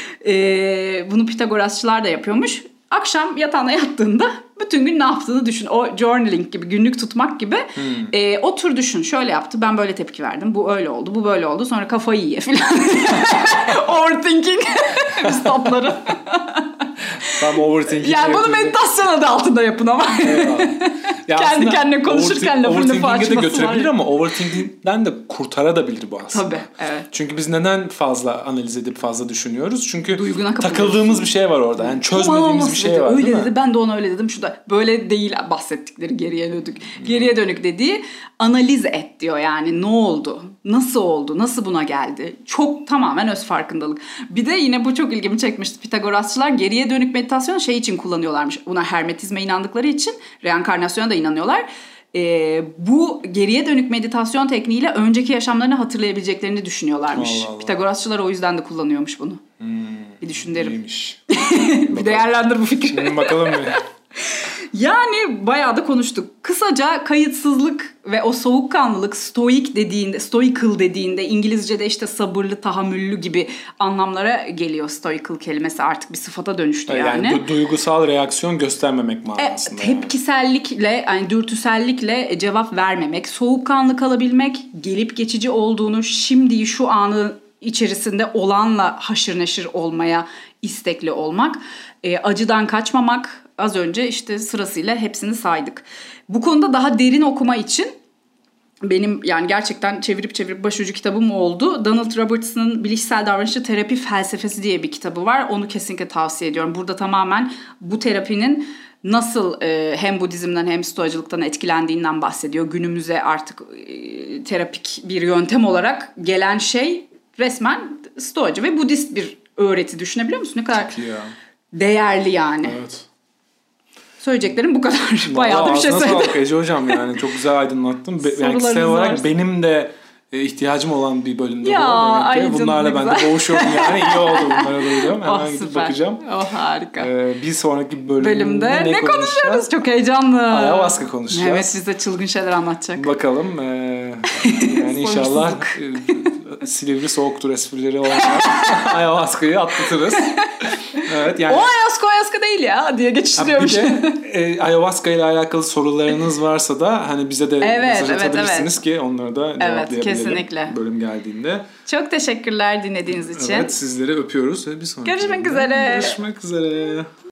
E, bunu Pitagorasçılar da yapıyormuş. Akşam yatağına yattığında bütün gün ne yaptığını düşün. O journaling gibi, günlük tutmak gibi. Hmm. E, otur düşün. Şöyle yaptı. Ben böyle tepki verdim. Bu öyle oldu. Bu böyle oldu. Sonra kafayı ye falan. Overthinking üstadları. Tam overthinking. Yani bunu meditasyon adı altında yapın ama. Ya kendi kendine konuşurken lafını overthinking'e de götürebilir ama overthinking'den de kurtarabilir bu aslında. Tabii, evet. Çünkü biz neden fazla analiz edip fazla düşünüyoruz? Çünkü takıldığımız bir şey var orada. Yani çözmediğimiz bir şey dedi, var, öyle değil mi? dedi, ben de ona öyle dedim. Şu da böyle değil bahsettikleri geriye dönük. Geriye dönük dediği analiz et diyor yani. Ne oldu? Nasıl oldu? Nasıl buna geldi? Çok tamamen öz farkındalık. Bir de yine bu çok ilgimi çekmişti. Pitagorasçılar geriye dönük meditasyon şey için kullanıyorlarmış. Buna hermetizme inandıkları için, reenkarnasyona da inanıyorlar. Ee, bu geriye dönük meditasyon tekniğiyle önceki yaşamlarını hatırlayabileceklerini düşünüyorlarmış. Allah Allah. Pitagorasçılar o yüzden de kullanıyormuş bunu. Hmm, bir düşün derim. İyiymiş. Bir değerlendir bu fikri. Şimdi bakalım bir. Yani bayağı da konuştuk. Kısaca kayıtsızlık ve o soğukkanlılık, stoik dediğinde, stoical dediğinde İngilizce'de işte sabırlı, tahammüllü gibi anlamlara geliyor. Stoical kelimesi artık bir sıfata dönüştü yani. Yani du- duygusal reaksiyon göstermemek manasında. E, tepkisellikle, yani dürtüsellikle cevap vermemek, soğukkanlı kalabilmek, gelip geçici olduğunu, şimdi şu anı içerisinde olanla haşır neşir olmaya istekli olmak, e, acıdan kaçmamak. Az önce işte sırasıyla hepsini saydık. Bu konuda daha derin okuma için benim yani gerçekten çevirip çevirip başucu kitabım oldu. Donald Robertson'ın Bilişsel Davranışçı Terapi Felsefesi diye bir kitabı var. Onu kesinlikle tavsiye ediyorum. Burada tamamen bu terapinin nasıl e, hem Budizm'den hem Stoacılıktan etkilendiğinden bahsediyor. Günümüze artık e, terapik bir yöntem olarak gelen şey resmen Stoacı ve Budist bir öğreti, düşünebiliyor musun? Ne kadar değerli yani. Evet. Söyleyeceklerim bu kadar. Bayağı da bir şey söyledim. Nasıl sağlık Ece hocam, yani çok güzel aydınlattın. Yani kişisel olarak varsa benim de e, ihtiyacım olan bir bölümde ya, bu. Demek ki bunlarla ben de boğuşuyorum yani. İyi oldu bunlara duyduğum. Hemen oh, gidip süper. bakacağım. Oh harika. Ee, bir sonraki bölümde, bölümde ne, ne konuşuyoruz? Çok heyecanlı. Ayahuasca konuşacağız. Evet, bize çılgın şeyler anlatacak. Bakalım. Ee, yani inşallah e, Silivri soğuktur esprileri olan Ayahuasca'yı atlatırız. Evet, yani, o ayahuasca ayahuasca değil ya diye geçiştiriyormuş. Bir de e, ayahuasca ile alakalı sorularınız varsa da hani bize de evet, mesaj evet, atabilirsiniz evet. ki onları da cevaplayabilelim. Evet, kesinlikle. Bölüm geldiğinde. Çok teşekkürler dinlediğiniz için. Evet, sizleri öpüyoruz ve bir sonraki görüşmek üzere. Görüşmek üzere.